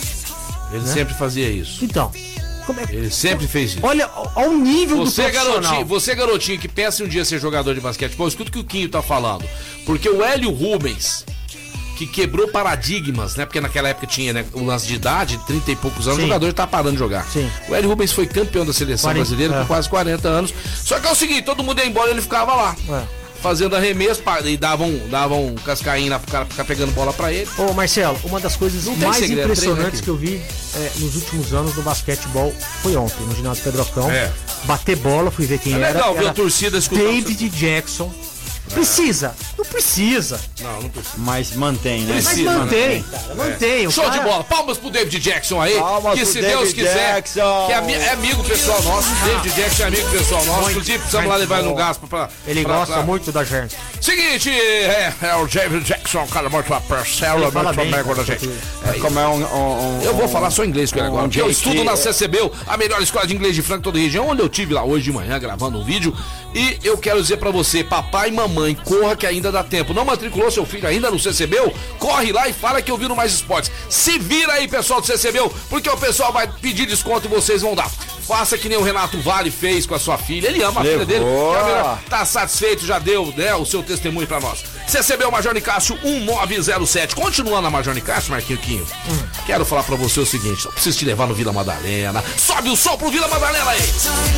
Ele sempre fazia isso. Então, como é que... Ele sempre fez isso. Olha, ao nível Você, do profissional. garotinho, você, garotinho, que pensa em um dia ser jogador de basquetebol, escuta o que o Quinho tá falando. Porque o Hélio Rubens, que quebrou paradigmas, né? Porque naquela época tinha, né, o lance de idade, trinta e poucos anos, Sim. o jogador tá parando de jogar. Sim. O Hélio Rubens foi campeão da seleção quarenta, brasileira é. com quase quarenta anos. Só que é o seguinte, todo mundo ia embora e ele ficava lá. É. Fazendo arremesso, pa- e davam, davam um cascainho lá pro cara ficar pegando bola pra ele. Ô Marcelo, uma das coisas Não tem mais segredo, impressionantes treina aqui. que eu vi é, nos últimos anos no basquetebol foi ontem, no ginásio Pedrocão. É. Bater bola, fui ver quem É era. legal ver era a torcida escutar o David Jackson. Precisa? Não precisa. Não, não precisa. Mas mantém, né? Mas Precisa, mantém, cara, mantém. O Show cara- de bola. Palmas pro David Jackson aí. Palmas que pro se David Deus quiser. Jackson. Que é, ami- é amigo pessoal nosso. David Jackson é amigo pessoal nosso. Inclusive, precisamos lá levar ele no gás pra. pra Ele pra- gosta pra- muito da gente. Seguinte, é, é o David Jackson, um cara muito parceiro, Ele fala muito bem, amigo da cara, gente. porque- Como é um. um- um- Eu vou falar só inglês com ele um agora, porque eu J K, estudo na é- C C B U, a melhor escola de inglês de Franca, toda a região, onde eu tive lá hoje de manhã gravando um vídeo. E eu quero dizer pra você, papai e mamãe, corra que ainda dá tempo. Não matriculou seu filho ainda no C C B U? Corre lá e fala que eu vi no Mais Esportes. Se vira aí, pessoal do C C B U, porque o pessoal vai pedir desconto e vocês vão dar. Faça que nem o Renato Vale fez com a sua filha. Ele ama a filha dele. Levou. que é a melhor. Tá satisfeito, já deu, né, o seu testemunho pra nós. C C B U Major Nicásio um nove zero sete. Continuando na Major Nicásio, Marquinho Quinho, quero falar pra você o seguinte: só preciso te levar no Vila Madalena. Sobe o som pro Vila Madalena aí.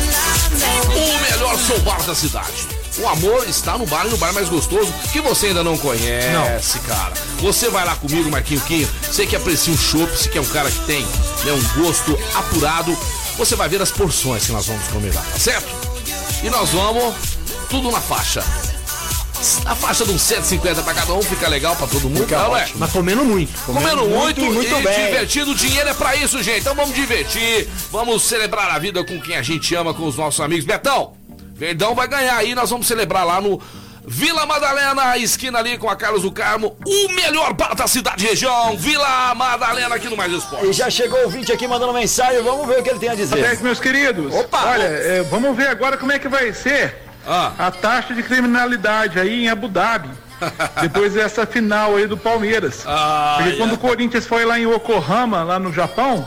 O melhor som bar da cidade. O amor está no bar e no bar mais gostoso que você ainda não conhece, cara. Você vai lá comigo, Marquinho Quinho. Você que aprecia o chopp, você que é um cara que tem, né, um gosto apurado. Você vai ver as porções que nós vamos comer lá, tá certo? E nós vamos tudo na faixa. na faixa de uns cento e cinquenta pra cada um, fica legal pra todo mundo, Fica não é? Mas comendo muito. Comendo muito, muito, muito e bem. divertido, o dinheiro é pra isso, gente. Então vamos divertir, vamos celebrar a vida com quem a gente ama, com os nossos amigos. Betão, Verdão vai ganhar aí, nós vamos celebrar lá no Vila Madalena, esquina ali com a Carlos do Carmo, o melhor bar da cidade e região, Vila Madalena aqui no Mais Esporte. E já chegou o ouvinte aqui mandando mensagem, vamos ver o que ele tem a dizer. Até meus queridos. Opa! Olha, é, vamos ver agora como é que vai ser Ah. a taxa de criminalidade aí em Abu Dhabi. Depois dessa final aí do Palmeiras. Ah, Porque yeah. quando o Corinthians foi lá em Yokohama, lá no Japão,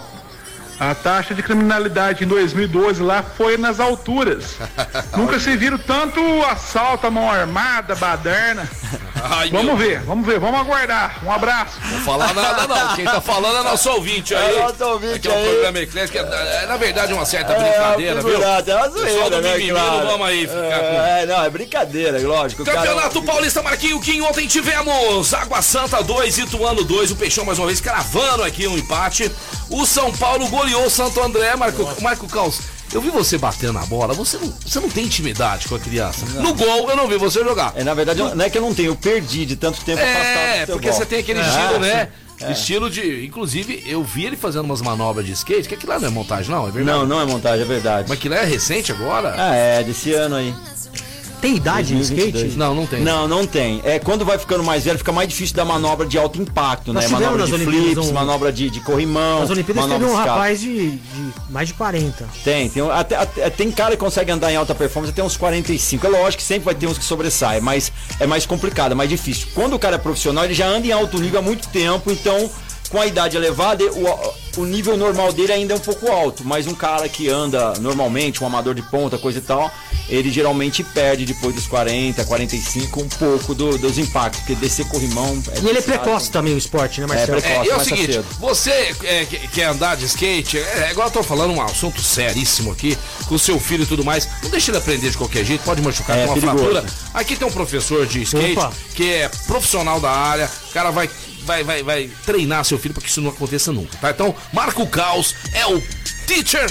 a taxa de criminalidade em dois mil e doze lá foi nas alturas. Nunca se viram tanto assalto à mão armada, baderna. Ai, Vamos meu. ver, vamos ver, vamos aguardar. Um abraço. Não falar nada não, quem tá falando é nosso ouvinte aí. É nosso ouvinte Aqui é um aí. programa eclético, é, é na verdade uma certa brincadeira, é, viu? figurado, é uma Pessoal zoeira, do né, mimimi, claro. não vamos aí ficar com... É, não, é brincadeira, lógico. o cara- Campeonato Paulista Marquinho Quinho, ontem tivemos Água Santa dois, Ituano dois, o Peixão mais uma vez cravando aqui um empate. O São Paulo goleou o Santo André, Marco, Marco Caos. Eu vi você batendo na bola, você não, você não tem intimidade com a criança. No gol eu não vi você jogar. É, na verdade, eu- não é que eu não tenho, eu perdi de tanto tempo afastado do É, futebol. porque você tem aquele É, estilo, né? sim. Estilo de. Inclusive, eu vi ele fazendo umas manobras de skate, que aquilo lá não é montagem, não, é verdade. Não, não é montagem, é verdade. Mas aquilo é recente agora? Ah, é, desse ano aí. Tem idade em dois mil e vinte e skate? dois. Não, não tem. Não, não tem. É, quando vai ficando mais velho, fica mais difícil da manobra de alto impacto, Nós né? tivemos Manobra de nas Olimpíadas flips, um- manobra de, de corrimão. Nas Olimpíadas teve manobra um de escada. rapaz de, de mais de quarenta. Tem, tem, um- até, até- tem cara que consegue andar em alta performance até uns quarenta e cinco. É lógico que sempre vai ter uns que sobressaem, mas é mais complicado, é mais difícil. Quando o cara é profissional, ele já anda em alto nível há muito tempo, então com a idade elevada, o, o nível normal dele ainda é um pouco alto, mas um cara que anda normalmente, um amador de ponta, coisa e tal, ele geralmente perde depois dos quarenta, quarenta e cinco um pouco do- dos impactos, porque descer corrimão... E ele é pesado. precoce também, o esporte, né, Marcelo? É, É, e é o Começa seguinte, cedo. você é, que quer andar de skate, é, agora eu tô falando um assunto seríssimo aqui, com o seu filho e tudo mais, não deixe ele aprender de qualquer jeito, pode machucar É, com uma perigoso. fratura. Aqui tem um professor de skate, Opa. que é profissional da área, o cara vai, vai, vai, vai treinar seu filho para que isso não aconteça nunca, tá? Então, Marco Caos é o teacher...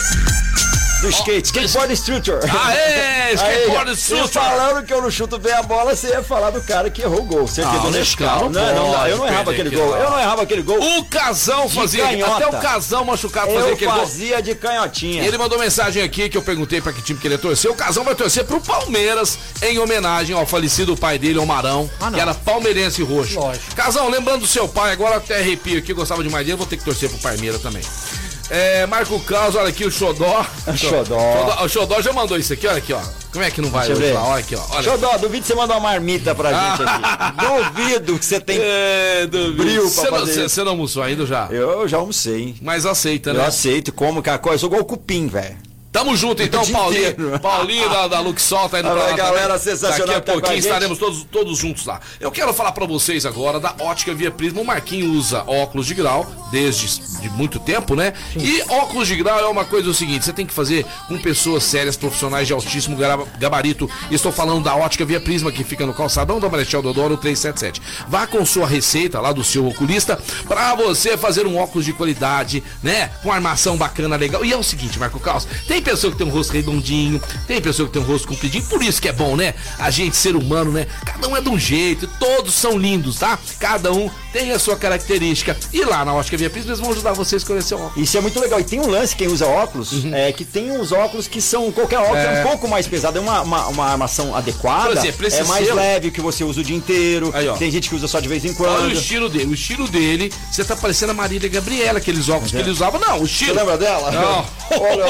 Do skate, skateboard instructor. Aê, skateboard Aí, instructor. e falando que eu não chuto bem a bola, você ia falar do cara que errou o gol. Certeza Ah, do o Nescau. Nescau Não, não, pode eu não errava perder aquele aquilo gol. lá. Eu não errava aquele gol. O Casão De fazia, canhota. até o Casão machucado fazia Eu aquele gol. fazia de canhotinha. E ele mandou mensagem aqui que eu perguntei pra que time que ele ia torcer. O Casão vai torcer pro Palmeiras em homenagem ao falecido pai dele, o Marão, Ah, não. que era palmeirense roxo. Lógico. Casão, lembrando do seu pai, agora até arrepio aqui, gostava demais dele, vou ter que torcer pro Palmeiras também. É, Marco Caos, olha aqui o Xodó. Xodó. Xodó. O Xodó já mandou isso aqui, olha aqui, ó. Como é que não vai Deixa eu hoje ver. lá? Olha aqui, ó. Olha. Xodó, duvido você mandar uma marmita pra gente aqui. Duvido que você tem. É, duvido. Brilho pra Você não, fazer você- isso. você não almoçou ainda já? Eu já almocei, hein? Mas aceita, Eu né? aceito, como, cara. Eu sou igual o cupim, velho. Tamo junto então, O dia Paulinho. inteiro. Paulinho da, da Luxol tá indo Olha pra a lá galera também. sensacional Daqui a que tá com a pouquinho gente. estaremos todos, todos juntos lá. Eu quero falar pra vocês agora da Ótica Via Prisma. O Marquinho usa óculos de grau desde de muito tempo, né? E óculos de grau é uma coisa o seguinte, você tem que fazer com pessoas sérias, profissionais de altíssimo gra- gabarito. Estou falando da Ótica Via Prisma, que fica no calçadão da Marechal Deodoro trezentos e setenta e sete. Vá com sua receita lá do seu oculista pra você fazer um óculos de qualidade, né? Com armação bacana, legal. E é o seguinte, Marco Caos, tem pessoa que tem um rosto redondinho, tem pessoa que tem um rosto compridinho, por isso que é bom, né? A gente, ser humano, né? Cada um é de um jeito, todos são lindos, tá? Cada um tem a sua característica. E lá na Ótica Via Prisma eles vão ajudar você a escolher seu óculos. Isso é muito legal. E tem um lance, quem usa óculos, é que tem uns óculos que são. Qualquer óculos é, É. um pouco mais pesado, é uma, uma, uma armação adequada. Por exemplo, esse é mais seu- leve que você usa o dia inteiro. Aí, ó. Tem gente que usa só de vez em Olha quando. o estilo dele. O estilo dele, você tá parecendo a Marília Gabriela, aqueles óculos que ele usava. Não, o Você estilo. lembra dela? Não. Olha,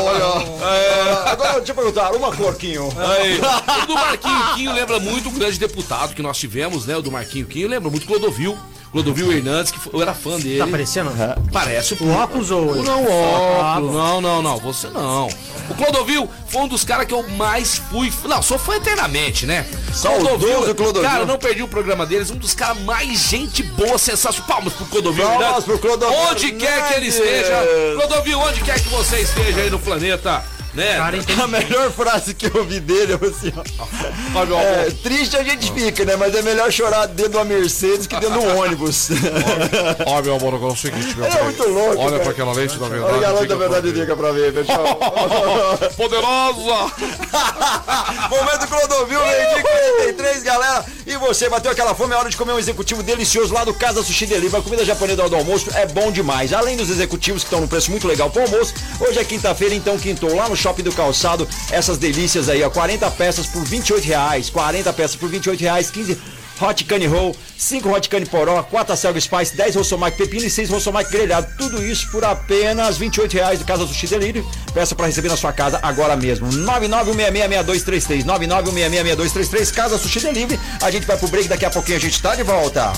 olha. Agora deixa eu perguntar, uma corquinho. Aí. O do Marquinho Quinho lembra muito o grande deputado que nós tivemos, né? O do Marquinho Quinho lembra muito Clodovil. Clodovil Hernandes, que foi- eu era fã dele. Tá aparecendo? Parece o O óculos ou... Não, Ah, óculos. bom. Não, não, não. Você não. O Clodovil foi um dos caras que eu mais fui. Não, sou fã eternamente, né? Saudoso Clodovil. Cara, eu não perdi o programa deles. Um dos caras mais gente boa, sensacional. Palmas pro Clodovil. Palmas Hernandes. pro Clodovil Onde quer que ele Hernandes. esteja. Clodovil, onde quer que você esteja aí no planeta. né? Cara, A melhor frase que eu ouvi dele é assim, ó. É, triste a gente fica, né? Mas é melhor chorar dentro de uma Mercedes que dentro de um ônibus. Ó, meu amor, é o seguinte, meu Ele é muito louco. Olha cara. pra aquela lente da verdade. Olha a lente da verdade, diga pra ver, pessoal. Poderosa! Momento Clodovil, meio-dia quarenta e três, galera. E você, bateu aquela fome, é hora de comer um executivo delicioso lá do Casa Sushi Delivery. A comida japonesa do almoço é bom demais. Além dos executivos que estão num preço muito legal pro almoço, hoje é quinta-feira, então quintou lá no Shopping do Calçado. Essas delícias aí, ó, quarenta peças por vinte e oito reais. quarenta peças por vinte e oito reais, quinze Hot Cane Roll, cinco Hot Cane Poró, quatro Acelga Spice, dez Rossomate Pepino e seis Rossomate Grelhado. Tudo isso por apenas vinte e oito reais do Casa Sushi Delivery. Peça para receber na sua casa agora mesmo. nove nove um seis seis seis dois três três, nove nove um seis seis seis dois três três, Casa Sushi Delivery. A gente vai pro break, daqui a pouquinho a gente tá de volta.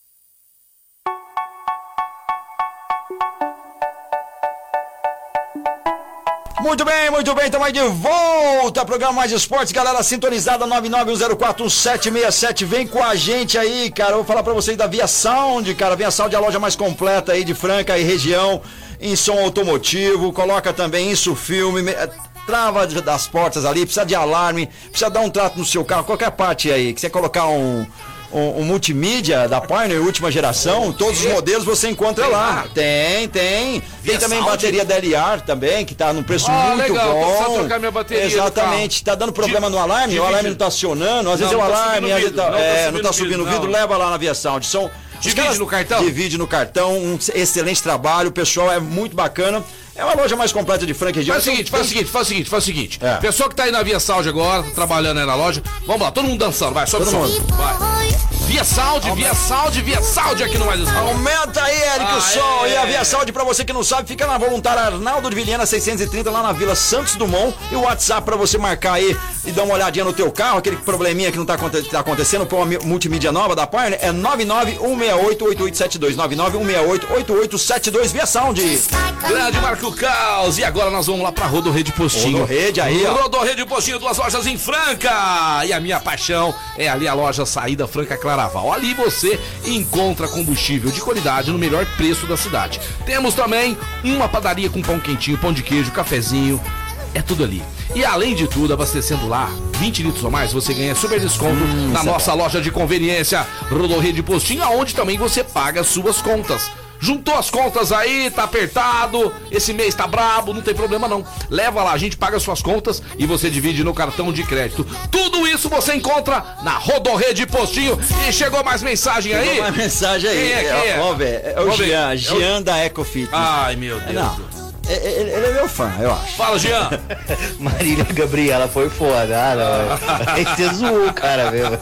Muito bem, muito bem, estamos aí de volta, programa Mais Esportes, galera sintonizada, nove nove um zero quatro um sete seis sete, vem com a gente aí, cara, eu vou falar pra vocês da Via Sound, cara, Via Sound é a loja mais completa aí de Franca e região, em som automotivo, coloca também isso, filme, trava das portas ali, precisa de alarme, precisa dar um trato no seu carro, qualquer parte aí, que você colocar um... Um, um multimídia da Pioneer última geração, todos os modelos você encontra lá. Tem, tem. Tem também bateria da L R também, que tá num preço Ah, muito legal, bom. precisa trocar minha bateria Exatamente. Tá dando problema no alarme, o alarme não tá acionando, às vezes é o alarme, às vezes tá, é, não tá subindo o vidro, leva lá na Via Sound. São Divide no cartão? Divide no cartão, um excelente trabalho, o pessoal é muito bacana. É uma loja mais completa de Franca e região. Faz o seguinte, faz o seguinte, faz o seguinte, faz o seguinte. É. Pessoal que tá aí na Via Sound agora, tá trabalhando aí na loja, vamos lá, todo mundo dançando, vai, sobe o Todo som. mundo. Vai. Via Sound, Via Sound, Via Sound aqui no Mais Esportes. Aumenta aí, Eric, Ah, o som. é. E a Via Saúde, pra você que não sabe, fica na Voluntária Arnaldo de Vilhena seiscentos e trinta, lá na Vila Santos Dumont. E o WhatsApp pra você marcar aí e dar uma olhadinha no teu carro, aquele probleminha que não tá, aconte- tá acontecendo, com a mi- multimídia nova da Pioneer, é nove nove um seis oito oito oito sete dois, nove nove um seis oito oito oito sete dois, Via Sound. Grande Marco Caos. E agora nós vamos lá pra Rodorrede Postinho. Rodorrede aí, ó. Rodorrede Postinho, duas lojas em Franca. E a minha paixão é ali a loja Saída Franca Claraval. Ali você encontra combustível de qualidade no melhor preço da cidade. Temos também uma padaria com pão quentinho, pão de queijo, cafezinho. É tudo ali. E além de tudo, abastecendo lá vinte litros ou mais, você ganha super desconto hum, na nossa é loja de conveniência Rodorrede Postinho, aonde também você paga as suas contas. Juntou as contas aí, tá apertado, esse mês tá brabo, não tem problema não. Leva lá, a gente paga suas contas e você divide no cartão de crédito. Tudo isso você encontra na Rodorrede Postinho. E chegou mais mensagem aí? Chegou mais mensagem aí. Quem é, quem é? Ó, velho, é o Vamos ver. Jean, É o- Jean da Ecofit. Ai, meu Deus. Não, é- é- ele é meu fã, eu acho. Fala, Jean. Marília Gabriela foi foda. Ah, não. Aí você zoou o cara mesmo.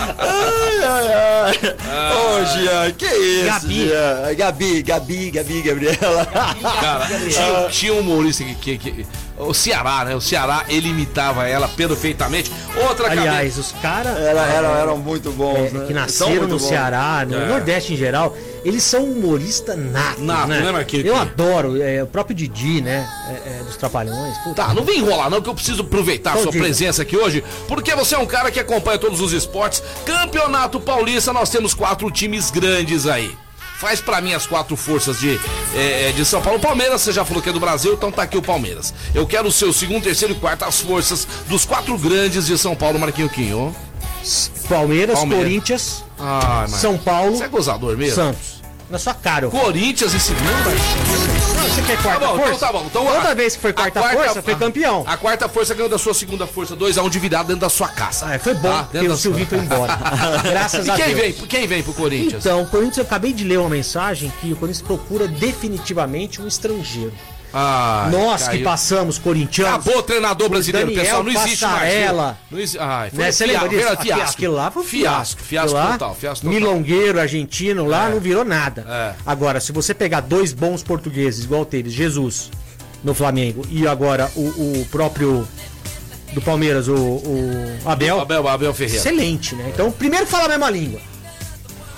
Ai, ai, ai. Ô, Jean, que isso, Gabi. Jean? Gabi, Gabi, Gabi, Gabriela. Cara, tinha, tinha um humorista que, que, que- o Ceará, né? O Ceará, ele imitava ela perfeitamente. Outra Aliás, os caras Era, era, eram muito bons, é, né? que São nasceram muito no bons. Ceará, no É. Nordeste em geral, eles são humoristas natos, Nato, né? né, Marquinhos? Eu adoro, é, o próprio Didi, né? É, é, dos Trapalhões. Puta, Tá, não vem enrolar não, que eu preciso aproveitar a Então sua diga. presença aqui hoje, porque você é um cara que acompanha todos os esportes. Campeonato Paulista, nós temos quatro times grandes aí. Faz pra mim as quatro forças de, é, de São Paulo. O Palmeiras, você já falou que é do Brasil, então tá aqui o Palmeiras. Eu quero o seu segundo, terceiro e quarto, as forças dos quatro grandes de São Paulo, Marquinho Quinho. Palmeiras, Palmeiras. Corinthians, Ai, mas São Paulo, você é gozador mesmo? Santos. Na sua cara, eu falo. Corinthians em segundo, Marquinhos. Não, você quer quarta Tá bom, força? então tá bom. Então, Toda a- vez que foi a quarta quarta- força, foi campeão. A quarta força ganhou da sua segunda força, dois a um de virada dentro da sua casa. Ah, foi bom, Tá? porque Dentro o da Silvinho sua- foi embora. Graças E a quem Deus. vem, quem vem pro Corinthians? Então, o Corinthians, eu acabei de ler uma mensagem que o Corinthians procura definitivamente um estrangeiro. Ai, Nós que caiu. passamos corintianos. Acabou o treinador brasileiro, Daniel pessoal. Não existe mais. Passarella. Não existe. Ai, foi Né, um você lembra fiasco, disso? era Aqui- fiasco. Aquilo lá foi um Fiasco, fiasco Aquilo lá, total, fiasco total. Milongueiro argentino lá, É. não virou nada. É. Agora, se você pegar dois bons portugueses, igual teve Jesus no Flamengo e agora o, o próprio do Palmeiras, o, o Abel, Abel, Abel Ferreira. excelente, né? Então, primeiro fala a mesma língua.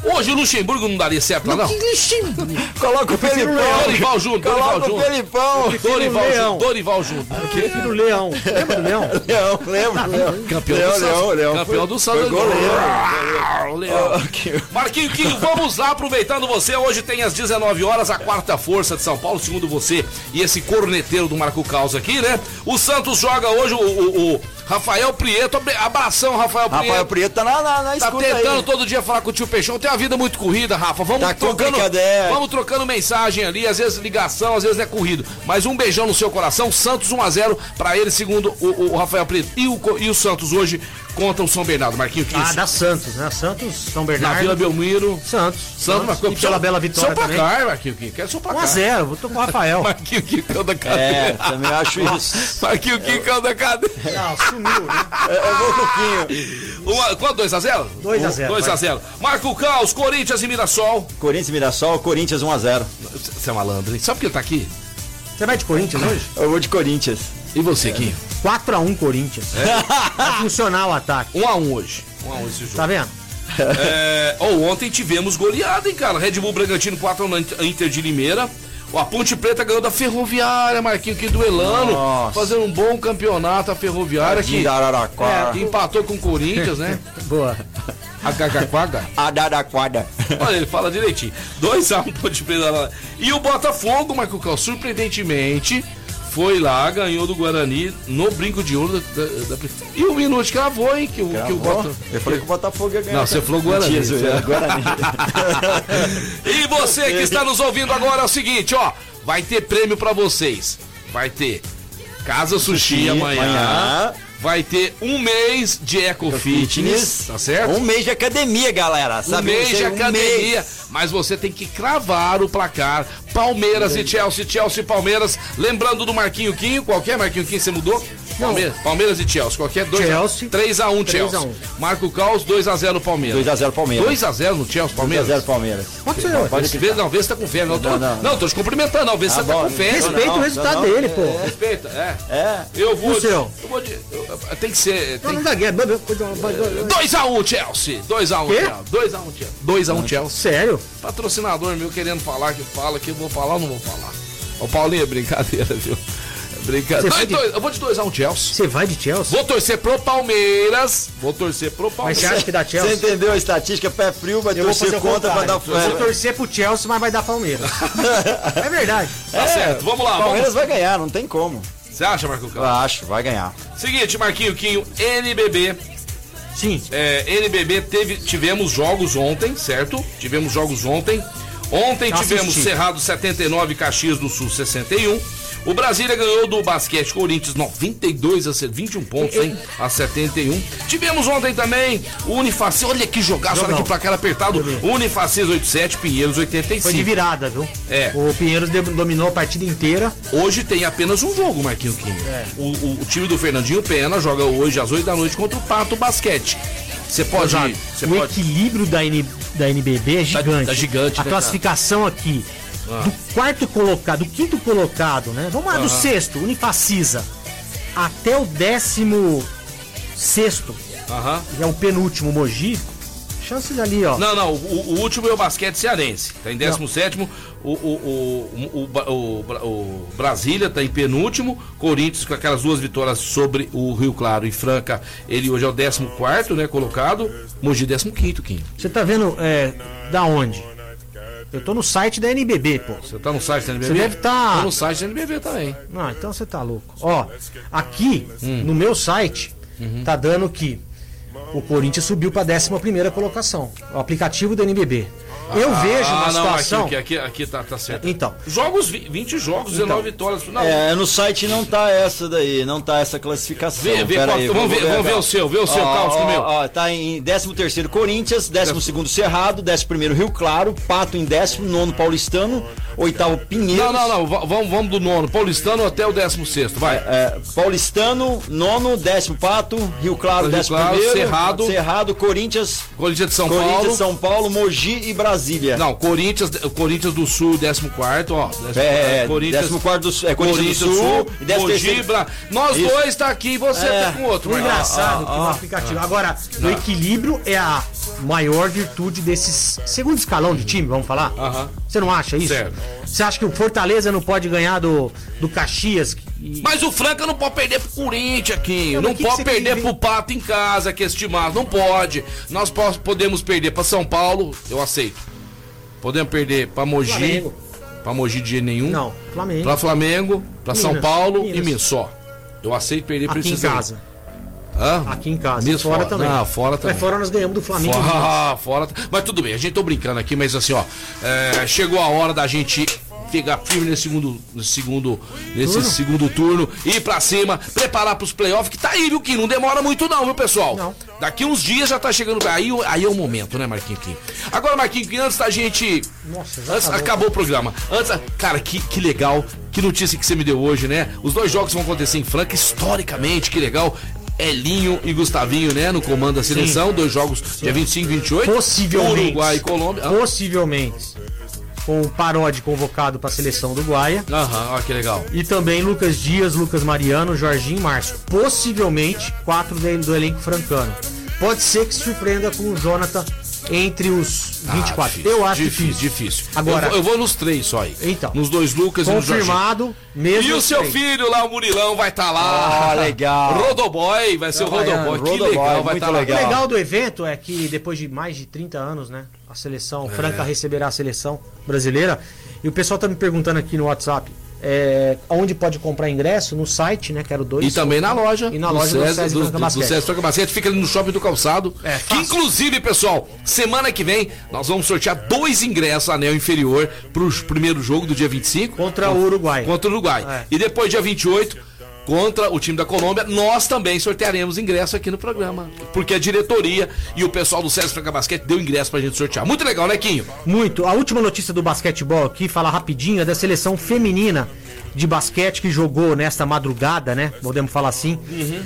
Hoje o Luxemburgo não daria certo lá, não? Coloca o Felipão. Dorival junto, Dorival Coloca o junto. Felipão. Dorival junto, Dorival junto. Eu prefiro o Leão. Lembra do Leão? Leão, lembro, Leão. Campeão Leão, do Santos. Leão, Leão. Campeão Foi- do Santos. foi goleiro. O Leão. Marquinho Quinho, vamos lá, aproveitando você. Hoje tem às dezenove horas a quarta força de São Paulo, segundo você e esse corneteiro do Marco Caos aqui, né? O Santos joga hoje o, o, o Rafael Prieto. Abração, Rafael Prieto. Rafael Prieto tá na, na, na Tá escuta tentando aí. todo dia falar com o tio Peixão. Tem uma vida muito corrida, Rafa. Vamos Tá trocando. complicado, é. Vamos trocando mensagem ali, às vezes ligação, às vezes é corrido. Mas um beijão no seu coração. Santos um a zero pra ele, segundo o, o, o Rafael Prieto. E o, e o Santos hoje contra o São Bernardo. Marquinhos, que Ah, isso? da Santos, né? Santos, São Bernardo. Na Vila Belmiro. Santos. Santos, mas e pela bela vitória Seu também. placar, Marquinhos, que quer seu placar. um a zero, vou com o Rafael. Marquinhos, que caiu da É, cadeira. também acho isso. Marquinhos, que caiu da cadeira. Não, sumiu, né? É, eu vou um pouquinho. Uma- Quanto? dois a zero? dois a zero, dois a vai. zero. Marco Caos, Corinthians e Mirassol. Corinthians e Mirassol, Corinthians um a zero. Você é malandro, hein? Sabe por que ele tá aqui? Você vai de Corinthians hoje? Eu vou de Corinthians. E você, Quinho? quatro a um Corinthians. Vai funcionar o ataque. um a um hoje. um a um esse jogo. Tá vendo? É, oh, ontem tivemos goleada, hein, cara? Red Bull Bragantino quatro a um na Inter de Limeira. A Ponte Preta ganhou da Ferroviária, Marquinhos, que duelando. Nossa. Fazendo um bom campeonato, a Ferroviária que Da Araraquara. é, empatou com o Corinthians, né? Boa. A Cagaquaga. A Araraquara. Olha, ele fala direitinho. dois a um Ponte Preta lá. E o Botafogo, Marco Cal, surpreendentemente, foi lá, ganhou do Guarani no brinco de ouro da, da, da... E o Minuto cravou, hein? Que o, que o Botafogo. Eu falei que o Botafogo ia ganhar. Não, você falou Guarani. Mentira, zoeira, Guarani. E você que está nos ouvindo agora é o seguinte, ó. Vai ter prêmio pra vocês. Vai ter Casa Sushi, Sushi amanhã. amanhã. Vai ter um mês de Eco Fitness, tá certo? Um mês de academia, galera. Um Sabe mês você? de Um academia, mês. mas você tem que cravar o placar. Palmeiras e Chelsea, Chelsea e Palmeiras. Lembrando do Marquinho Quinho, qualquer Marquinho Quinho, você mudou? Palmeiras, Palmeiras e Chelsea, qualquer dois. Chelsea. três a um três Chelsea. a um. Marco Caos, dois a zero Palmeiras. dois a zero Palmeiras. dois a zero no Chelsea, Palmeiras? dois a zero Palmeiras. Pode ser, ué. Pode Vê, não, vê se tá com fé. Não, tô, Não, não, não. tô te cumprimentando, não. Vê se Tá você tá bom. com fé. Respeita não, o resultado não, dele, pô. Respeita, é. É. Eu vou. E o seu? Eu vou de, eu- tem que ser. Não, Tem, não dá guerra. dois a um Chelsea. dois a um Quê? Chelsea. dois a um Chelsea. dois a um Chelsea. Sério? Patrocinador meu querendo falar que fala que eu vou falar ou não vou falar. Ô Paulinho, é brincadeira, viu? É brincadeira. Você Dois, foi de- dois, eu vou de dois a um Chelsea. Você vai de Chelsea? Vou torcer pro Palmeiras. Vou torcer pro Mas Palmeiras. você acha que dá Você Chelsea? entendeu a estatística? Pé frio, vai Eu vou fazer torcer o contra, vai dar contrário. Eu vou fé. torcer pro Chelsea, mas vai dar Palmeiras. É verdade. Tá certo, vamos lá. Palmeiras Vamos. vai ganhar, não tem como. Você acha, Marco Eu Caos? acho, vai ganhar. Seguinte, Marquinho Quinho, N B B. Sim. É, N B B teve, tivemos jogos ontem, certo? Tivemos jogos ontem. Ontem Assisti. tivemos Cerrado setenta e nove, Caxias do Sul sessenta e um. O Brasília ganhou do Basquete Corinthians noventa e dois a vinte e um pontos, hein? A setenta e um. Tivemos ontem também o Unifacis. Olha que jogaço, olha Jogão. que placar apertado. Unifacis oitenta e sete, Pinheiros oitenta e Foi de cinco. virada, viu? É. O Pinheiros de- dominou a partida inteira. Hoje tem apenas um jogo, Marquinho Quinho. É. O, o- o time do Fernandinho Pena joga hoje às oito da noite contra o Pato Basquete. Você pode. Exato. Você o pode. equilíbrio da, N, da N B B é gigante. tá gigante, A né, classificação aqui Ah. do quarto colocado, do quinto colocado, né? Vamos lá, do Aham. sexto, Unifacisa, até o décimo sexto, Aham. que é o penúltimo, Mogi. Chances ali, ó. Não, não, o, o último é o basquete cearense. Tá em décimo sétimo. O, o, o, o, o, o- o Brasília tá em penúltimo. Corinthians com aquelas duas vitórias sobre o Rio Claro e Franca. Ele hoje é o décimo quarto, né? Colocado. Mogi décimo quinto, Quinho. Você tá vendo é, da onde? Eu tô no site da N B B, pô. Você tá no site da N B B? Você deve tá- Tô no site da N B B também. Não, então você tá louco. Ó, aqui Hum. no meu site Uhum. tá dando que o Corinthians subiu pra décima primeira colocação. O aplicativo da N B B. Eu vejo uma ah, não, situação. aqui, aqui, aqui tá, tá certo. Então, Jogos, vi- vinte jogos, dezenove vitórias. Não, É, no site não tá essa daí, não tá essa classificação. Vê- vê Pera qual- aí, vamos vou ver- vamos ver aqui. o seu, vê o seu, Ó, Carlos, ó, com o meu. ó, tá em décimo terceiro Corinthians, décimo segundo Cerrado, décimo primeiro Rio Claro, Pato em décimo nono Paulistano, oitavo Pinheiros. não, não, não, va- vamos, vamos do nono, Paulistano até o décimo sexto, vai. É, Paulistano, nono, décimo Pato, Rio Claro, Rio décimo Claro, primeiro, Cerrado. Cerrado, Corinthians, Corinthians de São Corinthians, Paulo. São Paulo, Mogi e Brasília. Não, Corinthians, Corinthians do Sul, décimo quarto, ó. décimo É, quarto, décimo quarto do, é, Corinthians, do Sul, e décimo Mogi, terceiro. Bra... Nós Isso. dois tá aqui e você É. tá com outro. o Marcos. engraçado ó, que no ó. aplicativo. Agora, o equilíbrio é a maior virtude desses segundo escalão de time, vamos falar? Aham. Você não acha isso? Certo. Você acha que o Fortaleza não pode ganhar do, do Caxias? E... Mas o Franca não pode perder pro Corinthians aqui. Não, Não, mas que pode que perder você pro Pato em casa, que é estimado. Não pode. Nós po- podemos perder pra São Paulo, eu aceito. Podemos perder pra Mogi. Flamengo. Pra Mogi de jeito nenhum. Não, Flamengo. Pra Flamengo, pra São Minas, Paulo Minas. e Minas só. Eu aceito perder pra Aqui em esses aí. casa. Hã? Aqui em casa. Minas fora fora. também. Não, fora também. Mas fora nós ganhamos do Flamengo. Fora, fora. Mas tudo bem, a gente tá brincando aqui, mas assim, ó. é, chegou a hora da gente pegar firme nesse segundo, nesse segundo, nesse Turno? segundo turno, ir pra cima, preparar pros playoffs, que tá aí, viu, que não demora muito não, viu, pessoal? Não. Daqui uns dias já tá chegando, aí, aí é o momento, né, Marquinhos? Agora, Marquinhos, que antes da gente... Nossa, já Antes, acabou. acabou o programa. Antes, cara, que, que legal, que notícia que você me deu hoje, né? Os dois jogos vão acontecer em Franca, historicamente, que legal. Elinho e Gustavinho, né, no comando da seleção, dois jogos dia vinte e cinco e vinte e oito. Possivelmente. Uruguai e Colômbia. Ah, Possivelmente. Com o Parodi convocado para a seleção uruguaia. Aham, olha que legal. E também Lucas Dias, Lucas Mariano, Jorginho e Márcio. Possivelmente quatro do, do elenco francano. Pode ser que se surpreenda com o Jonathan entre os vinte e quatro. Ah, difícil, Eu acho difícil. difícil. difícil. Agora- eu vou, eu vou nos três só aí. Então. Nos dois Lucas e nos Jorginho. Confirmado, mesmo. E o os seu três. filho lá, o Murilão, vai estar lá. Ah, legal. Rodoboy, vai ser o Rodoboy. Que Rodoboy, legal, vai muito estar lá. O legal. legal do evento é que depois de mais de trinta anos, né, a seleção É. Franca receberá a seleção brasileira. E o pessoal tá me perguntando aqui no WhatsApp, é, onde pode comprar ingresso? No site, né, quero dois. E também na loja. E na do loja do César, César do, Franca do, do Basquete. César Franca Basquete, fica ali no shopping do Calçado. É, que fácil. inclusive, pessoal, semana que vem nós vamos sortear dois ingressos anel inferior pro primeiro jogo do dia vinte e cinco. Contra o Uruguai. Contra o Uruguai. É. E depois, dia vinte e oito, contra o time da Colômbia, nós também sortearemos ingresso aqui no programa. Porque a diretoria e o pessoal do César Franca Basquete deu ingresso pra gente sortear. Muito legal, né, Quinho? Muito. A última notícia do basquetebol aqui, falar rapidinho, é da seleção feminina de basquete que jogou nesta madrugada, né? Podemos falar assim.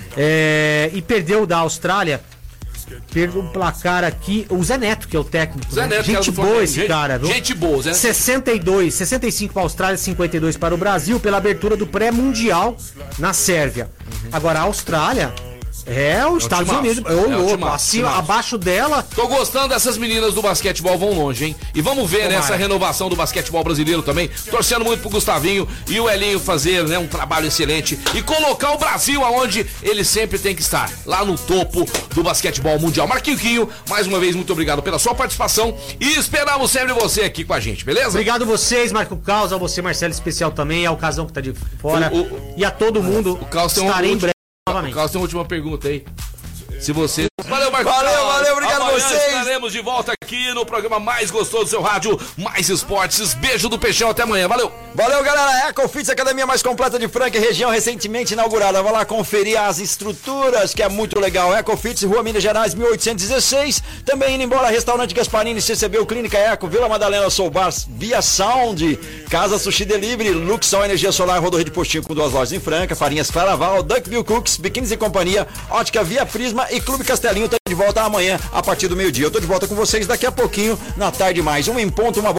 É, e perdeu da Austrália. Perdeu o placar aqui. O Zé Neto, que é o técnico. Zé né? Neto, que era Gente do boa Flamengo. esse Gente- cara, viu? gente boa, Zé Neto. sessenta e dois, sessenta e cinco para a Austrália, cinquenta e dois para o Brasil, pela abertura do pré-mundial na Sérvia. Agora a Austrália é o Estados timaço. Unidos. É o É o louco. timaço, Acima, timaço. abaixo dela. Tô gostando dessas meninas do basquetebol, vão longe, hein? E vamos ver Tomara. nessa renovação do basquetebol brasileiro também. Torcendo muito pro Gustavinho e o Elinho fazer, né, um trabalho excelente e colocar o Brasil aonde ele sempre tem que estar, lá no topo do basquetebol mundial. Marquinho Quinho, mais uma vez, muito obrigado pela sua participação e esperamos sempre você aqui com a gente, beleza? Obrigado a vocês, Marco Caos, a você, Marcelo, especial também, ao Casão que tá de fora. O- o- e a todo mundo. O Carlos tem uma estarei em última- breve O novamente. Carlos tem uma última pergunta aí. Se você... Valeu, Marcos. Valeu, valeu, obrigado a Amanhã vocês. estaremos de volta aqui no programa mais gostoso do seu rádio, Mais Esportes. Beijo do Peixão, até amanhã. Valeu. Valeu, galera. Ecofits, a academia mais completa de Franca e região, recentemente inaugurada. Vai lá conferir as estruturas, que é muito legal. Ecofits, Rua Minas Gerais, mil oitocentos e dezesseis. Também indo embora, Restaurante Gasparini, C C B, Clínica Eco, Vila Madalena, Soul Bar, Via Sound, Casa Sushi Delivery, Luxol Energia Solar, Rodorreio de Postinho com duas lojas em Franca, Farinhas Claraval, Duckville Cooks, Biquínis e Companhia, Ótica Via Prisma e Clube Castelinho. Tá de volta amanhã, a partir do meio-dia. Eu tô de volta com vocês daqui a pouquinho, na tarde mais. Um em ponto, uma